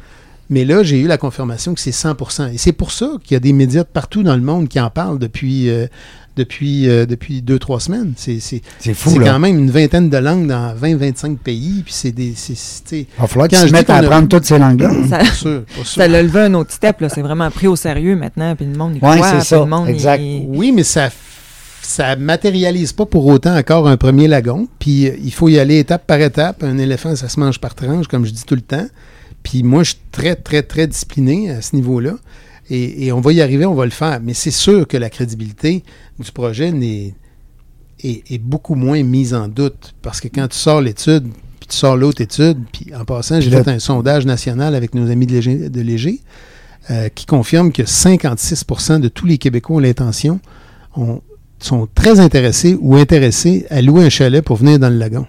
Mais là, j'ai eu la confirmation que c'est cent pour cent. Et c'est pour ça qu'il y a des médias partout dans le monde qui en parlent depuis, euh, depuis, euh, depuis deux, trois semaines. C'est, c'est, c'est fou, c'est là. quand même une vingtaine de langues dans vingt à vingt-cinq pays. Puis c'est des... C'est, c'est, il va falloir que quand tu je te mettes dis à qu'on a- apprendre toutes ces langues-là. Ça, Pas sûr, pas sûr. ça l'a levé un autre step, là. C'est vraiment pris au sérieux maintenant, puis le monde y Ouais, croit, c'est puis ça, le monde exact. y- Oui, mais ça ça matérialise pas pour autant encore un premier lagon. Puis euh, il faut y aller étape par étape. Un éléphant, ça se mange par tranche, comme je dis tout le temps. Puis moi, je suis très, très, très discipliné à ce niveau-là. Et, et on va y arriver, on va le faire. Mais c'est sûr que la crédibilité du projet n'est, est, est beaucoup moins mise en doute. Parce que quand tu sors l'étude, puis tu sors l'autre étude, puis en passant, j'ai Puis là- fait un sondage national avec nos amis de Léger, de Léger euh, qui confirme que cinquante-six pour cent de tous les Québécois ont l'intention, ont, sont très intéressés ou intéressés à louer un chalet pour venir dans le lagon.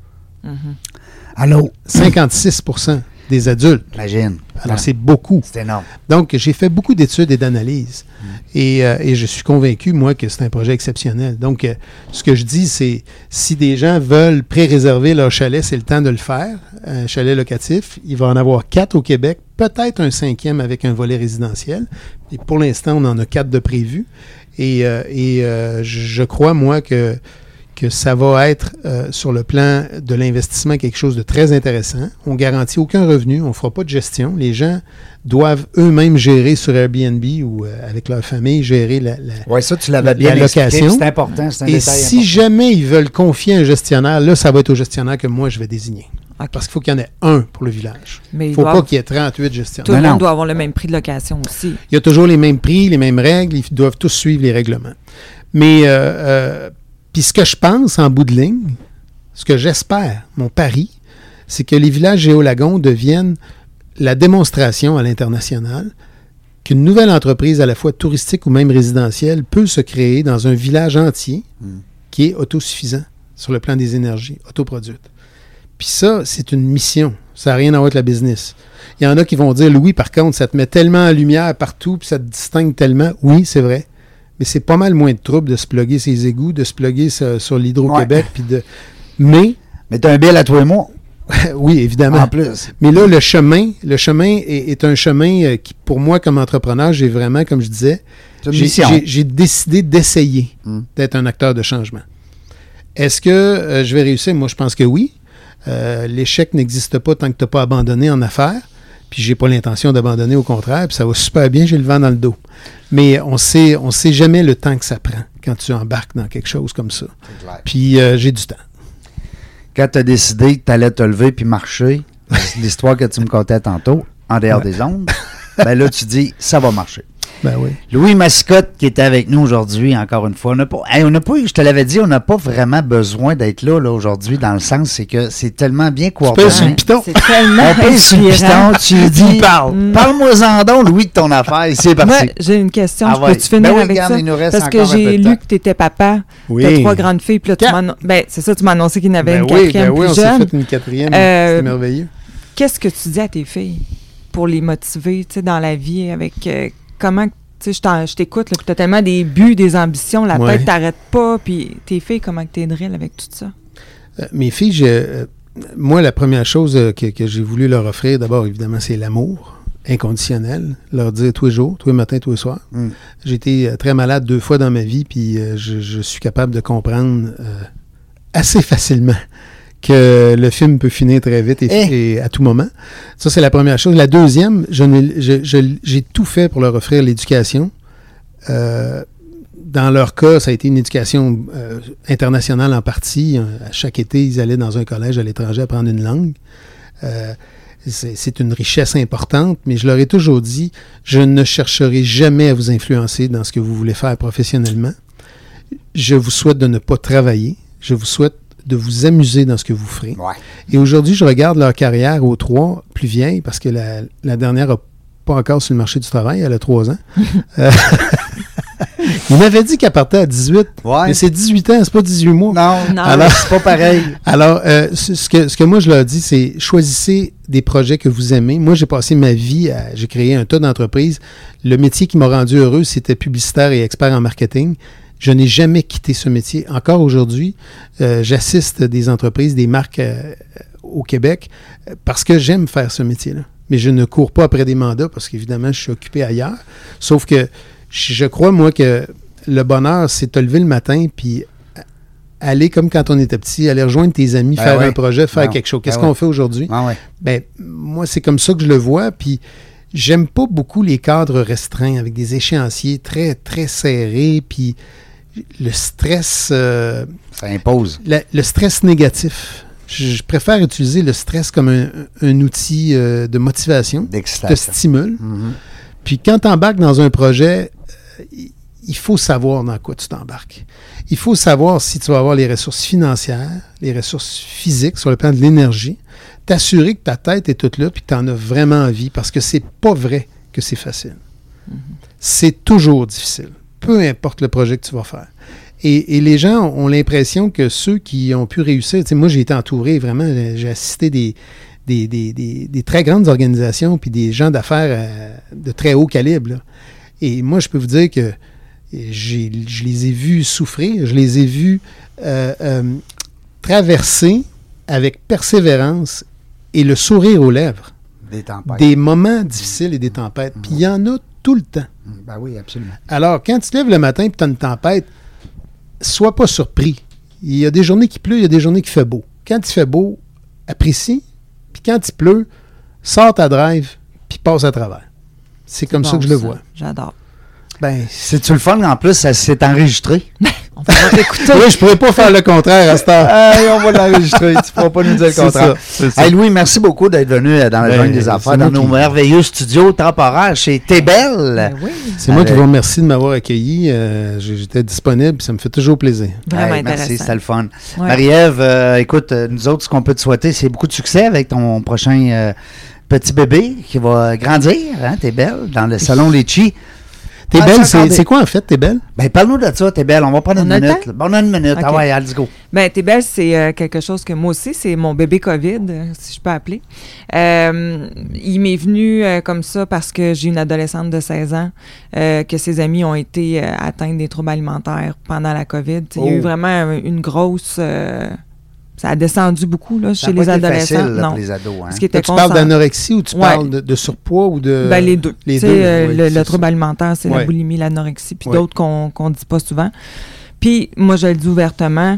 Allô? cinquante-six pour cent des adultes. Imagine. Alors, Ouais. c'est beaucoup. C'est énorme. Donc, j'ai fait beaucoup d'études et d'analyses. Et, euh, et je suis convaincu, moi, que c'est un projet exceptionnel. Donc, euh, ce que je dis, c'est si des gens veulent pré-réserver leur chalet, c'est le temps de le faire. Un chalet locatif, il va en avoir quatre au Québec, peut-être un cinquième avec un volet résidentiel. Et pour l'instant, on en a quatre de prévus. Et, euh, et euh, je je crois, moi, que que ça va être, euh, sur le plan de l'investissement, quelque chose de très intéressant. On garantit aucun revenu, on ne fera pas de gestion. Les gens doivent eux-mêmes gérer sur Airbnb ou euh, avec leur famille, gérer la... la Oui, ça, tu l'avais La- bien la expliqué, location. puis c'est important, c'est un Et détail si important. jamais ils veulent confier un gestionnaire, là, ça va être au gestionnaire que moi, je vais désigner. OK. Parce qu'il faut qu'il y en ait un pour le village. Mais Il ne ils faut doivent- pas qu'il y ait trente-huit tout gestionnaires. le Non, non. monde doit avoir le même prix de location aussi. Il y a toujours les mêmes prix, les mêmes règles. Ils doivent tous suivre les règlements. Mais, euh, euh, puis ce que je pense en bout de ligne, ce que j'espère, mon pari, c'est que les villages Géolagons deviennent la démonstration à l'international qu'une nouvelle entreprise, à la fois touristique ou même résidentielle, peut se créer dans un village entier qui est autosuffisant sur le plan des énergies, autoproduites. Puis ça, c'est une mission. Ça n'a rien à voir avec la business. Il y en a qui vont dire, Louis, par contre, ça te met tellement en lumière partout, puis ça te distingue tellement. Oui, c'est vrai. Mais c'est pas mal moins de trouble de se plugger ses égouts, de se plugger sur, sur l'Hydro-Québec, puis de... Mais, Mais tu as un bill à tous les mois, oui, évidemment. en plus. Mais là, le chemin, le chemin est, est un chemin euh, qui, pour moi, comme entrepreneur, j'ai vraiment, comme je disais, C'est une j'ai, mission. j'ai- j'ai décidé d'essayer Mm. d'être un acteur de changement. Est-ce que euh, je vais réussir? Moi, je pense que oui. Euh, l'échec n'existe pas tant que tu n'as pas abandonné en affaires. Puis j'ai pas l'intention d'abandonner, au contraire. Puis ça va super bien, j'ai le vent dans le dos. Mais on sait, on sait jamais le temps que ça prend quand tu embarques dans quelque chose comme ça. C'est clair. Puis euh, j'ai du temps. Quand tu as décidé que tu allais te lever puis marcher, c'est l'histoire que tu me contais tantôt, en dehors Ouais. des ondes, ben là, tu dis, ça va marcher. Ben oui. Louis Mascotte, qui était avec nous aujourd'hui, encore une fois. On n'a pas, hey, on n'a pas, je te l'avais dit, on n'a pas vraiment besoin d'être là, là aujourd'hui, dans le sens, c'est que c'est tellement bien Tu pèses sur le coordonné. piton. C'est tellement On pèse sur le inspirant. piston, tu lui dis, parle. parle-moi-en donc, Louis, de ton affaire, c'est parti. Moi, j'ai une question. Ah Je ouais. peux-tu finir Ben oui, avec regarde, ça? il nous reste Parce que encore un peu j'ai de lu temps. que tu étais papa. Oui. Tu as trois grandes filles. Puis là, tu Quatre. m'en... Ben, c'est ça, tu m'as annoncé qu'il y en avait Ben une oui, quatrième ben oui, plus on s'est jeune. fait une quatrième. Euh, C'était merveilleux. Qu'est-ce que tu dis à tes filles pour les motiver, tu sais, dans la vie avec euh, comment, tu sais, je t'en- je t'écoute, là, puis t'as tellement des buts, des ambitions, la Ouais. tête t'arrête pas, puis tes filles, comment tu t'aiderais avec tout ça? Euh, mes filles, je, euh, moi, la première chose euh, que, que j'ai voulu leur offrir, d'abord, évidemment, c'est l'amour inconditionnel. Leur dire tous les jours, tous les matins, tous les soirs. Mm. J'ai été euh, très malade deux fois dans ma vie, puis euh, je, je suis capable de comprendre euh, assez facilement que le film peut finir très vite et, Eh. et à tout moment. Ça, c'est la première chose. La deuxième, je n'ai- je- je- j'ai tout fait pour leur offrir l'éducation. Euh, dans leur cas, ça a été une éducation euh, internationale en partie. À chaque été, ils allaient dans un collège à l'étranger apprendre une langue. Euh, c'est, c'est une richesse importante, mais je leur ai toujours dit, je ne chercherai jamais à vous influencer dans ce que vous voulez faire professionnellement. Je vous souhaite de ne pas travailler. Je vous souhaite de vous amuser dans ce que vous ferez. Ouais. Et aujourd'hui, je regarde leur carrière aux trois plus vieilles, parce que la, la dernière n'a pas encore sur le marché du travail, elle a trois ans. Euh, il m'avait dit qu'elle partait à dix-huit, Ouais. mais c'est dix-huit ans, c'est pas dix-huit mois. Non, Non. alors c'est pas pareil. Alors, euh, ce, ce que, ce que moi je leur dis, c'est choisissez des projets que vous aimez. Moi, j'ai passé ma vie à... J'ai créé un tas d'entreprises. Le métier qui m'a rendu heureux, c'était publicitaire et expert en marketing. Je n'ai jamais quitté ce métier. Encore aujourd'hui, euh, j'assiste des entreprises, des marques euh, au Québec, euh, parce que j'aime faire ce métier-là. mais je ne cours pas après des mandats parce qu'évidemment, je suis occupé ailleurs. Sauf que je crois, moi, que le bonheur, c'est te lever le matin puis aller comme quand on était petit, aller rejoindre tes amis, Ben faire ouais. un projet, faire Ben quelque chose. ben Qu'est-ce ouais. qu'on fait aujourd'hui? Ah ouais. Ben, moi, c'est comme ça que je le vois. Puis, j'aime pas beaucoup les cadres restreints avec des échéanciers très, très serrés. Puis, le stress, euh, Ça impose. la- le stress négatif. Je, je préfère utiliser le stress comme un, un outil euh, de motivation, te D'excitation. stimule. Mhm. Puis, quand tu embarques dans un projet, euh, il- il faut savoir dans quoi tu t'embarques. Il faut savoir si tu vas avoir les ressources financières, les ressources physiques sur le plan de l'énergie, t'assurer que ta tête est toute là puis que tu en as vraiment envie parce que c'est pas vrai que c'est facile. Mm-hmm. C'est toujours difficile, peu importe le projet que tu vas faire. Et, et les gens ont l'impression que ceux qui ont pu réussir, tu sais, moi j'ai été entouré vraiment, j'ai assisté des, des, des, des, des très grandes organisations puis des gens d'affaires euh, de très haut calibre, là. Et moi je peux vous dire que J'ai, je les ai vus souffrir, je les ai vus euh, euh, traverser avec persévérance et le sourire aux lèvres Des tempêtes. des moments difficiles et des tempêtes. Puis il y en a tout le temps. Ben oui, absolument. Alors, quand tu te lèves le matin et tu as une tempête, sois pas surpris. Il y a des journées qui pleut, il y a des journées qui fait beau. Quand il fait beau, apprécie. Puis quand il pleut, sors ta drive puis passe à travers. C'est comme Bon, ça que je le vois. J'adore. Ben, c'est-tu le fun? En plus, ça s'est enregistré. On va l'écouter. Oui, je pourrais pas faire le contraire à cette heure. Hey, on va l'enregistrer. Tu pourras pas nous dire le C'est contraire. ça, c'est ça. Hey, Louis, merci beaucoup d'être venu euh, dans la Ben, jungle des c'est affaires, moi dans nos qui- merveilleux studios temporaires chez T'es belle. Ben oui, C'est moi qui Avec- vous remercie de m'avoir accueilli. Euh, j'ai- J'étais disponible, ça me fait toujours plaisir. vraiment Hey, merci, intéressant. c'était le fun. Ouais. Marie-Ève, euh, écoute, euh, nous autres, ce qu'on peut te souhaiter, c'est beaucoup de succès avec ton prochain euh, petit bébé qui va grandir. Hein, T'es belle, dans le salon Litchi. T'es Ah, belle, ça, c'est attendez. c'est quoi en fait, T'es belle? Ben, parle-nous de ça, T'es belle. On va prendre On une a le minute. temps? là. Bon, on a une minute. Ah Ok. ouais, let's go. Ben, T'es belle, c'est euh, quelque chose que moi aussi, c'est mon bébé COVID, euh, si je peux appeler. Euh, il m'est venu euh, comme ça parce que j'ai une adolescente de seize ans, euh, que ses amis ont été euh, atteints des troubles alimentaires pendant la COVID. T'sais, Il y a eu Oh. vraiment euh, une grosse... euh, ça a descendu beaucoup là, Ça chez a pas les été adolescents. facile là, non. pour les ados. Hein. Ce qui était Là, tu parles concentré- d'anorexie ou tu Ouais. parles de, de surpoids ou de... Ben, les deux. Les Tu sais, deux, euh, oui, le, c'est le ça. trouble alimentaire, c'est Ouais. la boulimie, l'anorexie, puis Ouais. d'autres qu'on qu'on dit pas souvent. Puis, moi, je le dis ouvertement,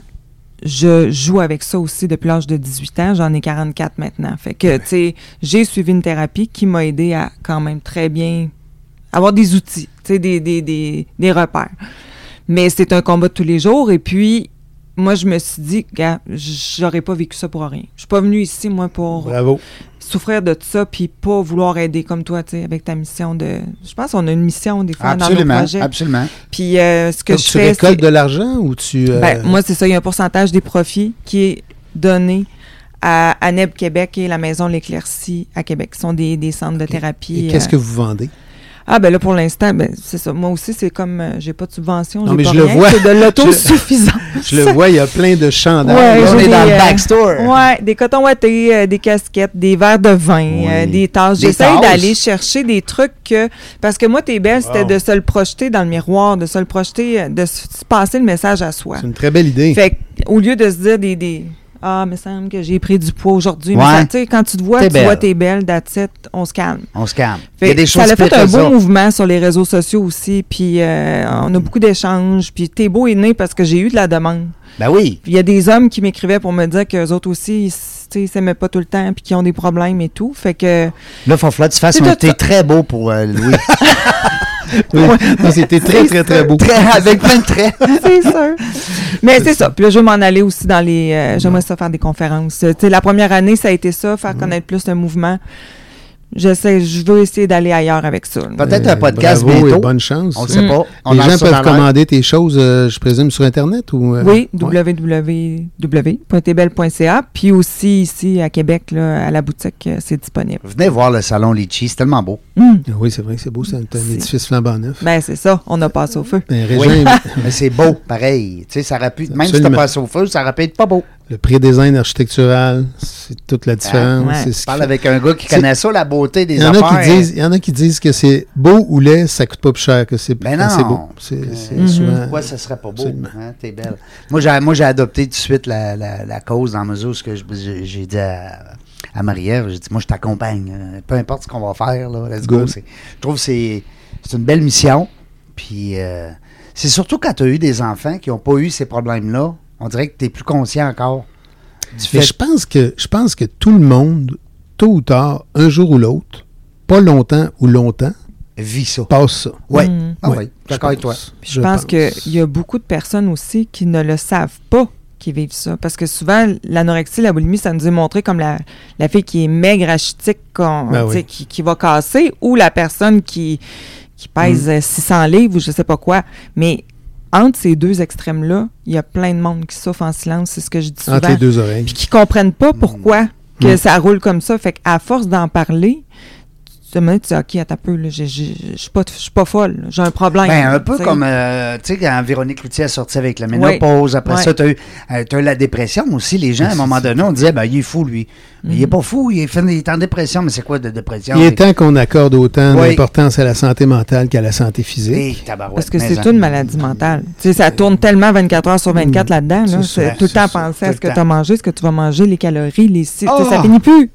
je joue avec ça aussi depuis l'âge de dix-huit ans. J'en ai quarante-quatre maintenant. Fait que, tu sais, j'ai suivi une thérapie qui m'a aidé à quand même très bien avoir des outils, tu sais, des, des, des, des repères. Mais c'est un combat de tous les jours. Et puis, moi, je me suis dit, gars, j'aurais pas vécu ça pour rien. Je suis pas venue ici, moi, pour Bravo. souffrir de ça puis pas vouloir aider comme toi, tu sais, avec ta mission de... Je pense qu'on a une mission des fois dans nos Absolument, projets. absolument. Puis euh, ce que Donc, je tu fais, récoltes c'est... de l'argent ou tu... euh, Ben, moi, c'est ça. Il y a un pourcentage des profits qui est donné à ANEB Québec et la Maison L'Éclaircie à Québec, qui sont des, des centres de thérapie. Et qu'est-ce euh, que vous vendez? Ah, ben là, pour l'instant, ben, c'est ça. Moi aussi, c'est comme... euh, j'ai pas de subvention, Non, j'ai mais pas je le rien. vois. C'est de l'autosuffisance. Je le vois, il y a plein de chandails. Ouais, Là, on j'ai est dans des, le euh, backstore. Ouais, des cotons ouatés, euh, des casquettes, des verres de vin, Oui. euh, des tasses. Des J'essaie tasses. d'aller chercher des trucs que... Parce que moi, T'es belle, c'était Wow. de se le projeter dans le miroir, de se le projeter, euh, de se se passer le message à soi. C'est une très belle idée. Fait au lieu de se dire des... des ah, il me semble que j'ai pris du poids aujourd'hui. Ouais. Mais ça, tu sais, quand tu te vois, T'es tu belle. vois T'es belle, that's it, on se calme. On se calme. Fait Il y a des que choses ça a fait pires un que beau ça. mouvement sur les réseaux sociaux aussi, puis euh, on a beaucoup d'échanges, puis T'es beau est né parce que j'ai eu de la demande. Ben oui. Puis il y a des hommes qui m'écrivaient pour me dire qu'eux autres aussi, ils s- tu sais, ils s'aimaient pas tout le temps, puis qu'ils ont des problèmes et tout. Fait que... Là, il faut falloir que tu fasses C'est un tout thé ça. très beau pour euh, Louis. Oui. Non, c'était très, très, très beau. Très- avec plein de traits. c'est sûr. Mais c'est ça. Puis là, je vais m'en aller aussi dans les... euh, j'aimerais ça faire des conférences. Euh, Tu sais, la première année, ça a été ça, faire connaître plus le mouvement. J'essaie, je veux essayer d'aller ailleurs avec ça. là. Peut-être Euh, un podcast bravo bientôt. et bonne chance. On ne sait Mm. pas. On Les lance gens ça dans peuvent l'air. commander tes choses, euh, je présume, sur Internet ou... euh, Oui, ouais. w w w point t belle point c a. Puis aussi ici à Québec, là, à la boutique, euh, c'est disponible. Venez voir le salon Litchi, c'est tellement beau. Hum. Oui, c'est vrai que c'est beau, c'est un, un C'est- édifice flambant neuf. Ben, c'est ça. On a passé au feu. Ben, Oui. Régin, Mais c'est beau, pareil. Tu sais, ça aurait pu, même si tu Absolument. passé au feu, ça aurait pu être pas beau. le pré-design architectural, c'est toute la différence. ouais. C'est ce Je qui parle fait- avec un gars qui C'est- connaît ça, la beauté des Il y, en a affaires. qui disent, il y en a qui disent que c'est beau ou laid, ça coûte pas plus cher que c'est Ben quand non. c'est beau. C'est c'est Mhm. souvent... Pourquoi ça serait pas beau? Absolument. Hein, t'es belle. Moi, j'ai, moi, j'ai adopté tout de suite la, la, la cause dans la mesure où ce que je- j'ai, j'ai dit à, à Marie-Ève, j'ai dit, moi, je t'accompagne. Euh, peu importe ce qu'on va faire, là, let's Good. go. C'est, je trouve que c'est, c'est une belle mission. Puis, euh, c'est surtout quand tu as eu des enfants qui n'ont pas eu ces problèmes-là, on dirait que tu es plus conscient encore. Du Mais fait je pense que je pense que tout le monde, tôt ou tard, un jour ou l'autre, pas longtemps ou longtemps, vis ça. passe ça. Oui. Mm. Ah Ouais, oui, d'accord avec toi. Puis je, pense, qu'il y a beaucoup de personnes aussi qui ne le savent pas qui vivent ça. Parce que souvent, l'anorexie, la boulimie, ça nous est montré comme la, la fille qui est maigre, rachitique, qu'on, Ben oui. qui, qui va casser, ou la personne qui, qui pèse Mm. six cents livres ou je sais pas quoi. Mais entre ces deux extrêmes-là, il y a plein de monde qui souffre en silence, c'est ce que je dis souvent. Entre les deux oreilles. Puis qui comprennent pas pourquoi que Mm. ça roule comme ça. Fait qu'à force d'en parler, tu te dis, OK, attends un peu, là, j'ai- j'ai- je suis pas, je suis pas folle, là, j'ai un problème. Ben, un peu T'sais. comme, euh, tu sais, quand Véronique Cloutier a sorti avec la ménopause, après Ouais. ça, tu as eu, euh, t'as eu la dépression aussi. Les gens, à un moment donné, on disait, ben, il est fou, lui. Mais il est pas fou, il est, fait, il est en dépression. Mais c'est quoi de dépression? Il est temps qu'on accorde autant Oui. d'importance à la santé mentale qu'à la santé physique. Hey, tabarouette, Parce que mais c'est en- toute une maladie mentale. Tu sais, ça tourne tellement vingt-quatre heures sur vingt-quatre là-dedans. Là. C'est C'est ça, tout le c'est temps ça, penser tout à le ce que temps. tu as mangé, ce que tu vas manger, les calories, les ci- tu sais, Oh! ça finit plus.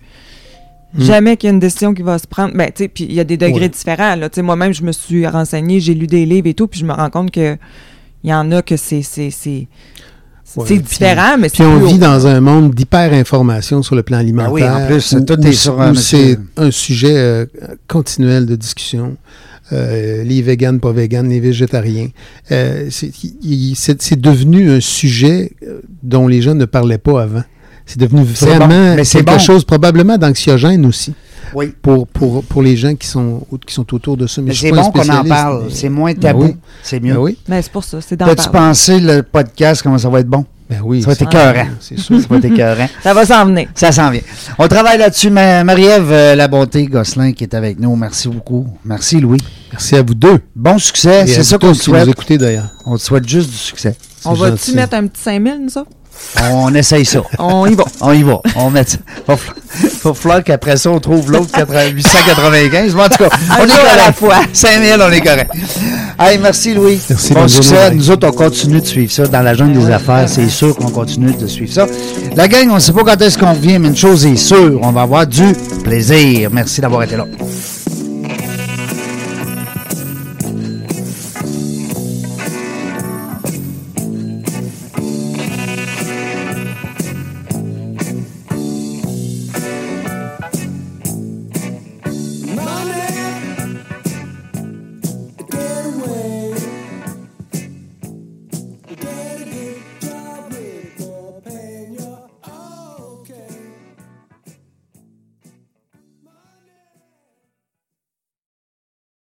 Mm. Jamais qu'il y a une décision qui va se prendre. Ben, tu sais, puis il y a des degrés Ouais. différents. Là. Tu sais, moi-même, je me suis renseignée, j'ai lu des livres et tout, puis je me rends compte que il y en a que c'est c'est c'est Ouais, c'est puis- différent, mais Puis c'est on plus vit haut. dans un monde d'hyper-information sur le plan alimentaire. Ah oui, en plus, où- tout où- est sur, où euh, c'est monsieur- un sujet euh, continuel de discussion. Euh, les véganes, pas véganes, les végétariens. Euh, c'est, il- il- c'est- c'est devenu un sujet euh, dont les gens ne parlaient pas avant. C'est devenu C'est vraiment bon, mais c'est quelque bon. chose probablement d'anxiogène aussi Oui. pour, pour, pour les gens qui sont, qui sont autour de ça. Mais Mais je suis c'est pas un bon qu'on en spécialiste, parle. mais- C'est moins Ben tabou. oui. C'est mieux. Ben oui, Ben, c'est pour ça, c'est d'en T'as-tu parler. pensé, le podcast, comment ça va être bon? ben oui. Ça va être c'est- écœurant. C'est sûr. Ça va être écœurant. Ça va s'en venir. Ça s'en vient. On travaille là-dessus. Ma- Marie-Ève euh, La Bonté Gosselin qui est avec nous. Merci beaucoup. Merci, Louis. Merci à vous deux. Bon succès. Et C'est à ça vous qu'on tous te qui nous souhaite. écoutez d'ailleurs. On te souhaite juste du succès. On C'est va-tu gentil. mettre un petit cinq mille, nous autres? On essaye ça. On y va. On y va. On met ça. Va falloir- va falloir qu'après ça, on trouve l'autre huit cent quatre-vingt-quinze. Mais en tout cas, on est jour à la correct. fois. cinq mille, on est correct. Hey, merci, Louis. Merci, Bon bonne succès. journée. Nous autres, on continue de suivre ça dans la jungle des affaires. C'est sûr qu'on continue de suivre ça. La gang, on ne sait pas quand est-ce qu'on revient, mais une chose est sûre, on va avoir du plaisir. Merci d'avoir été là.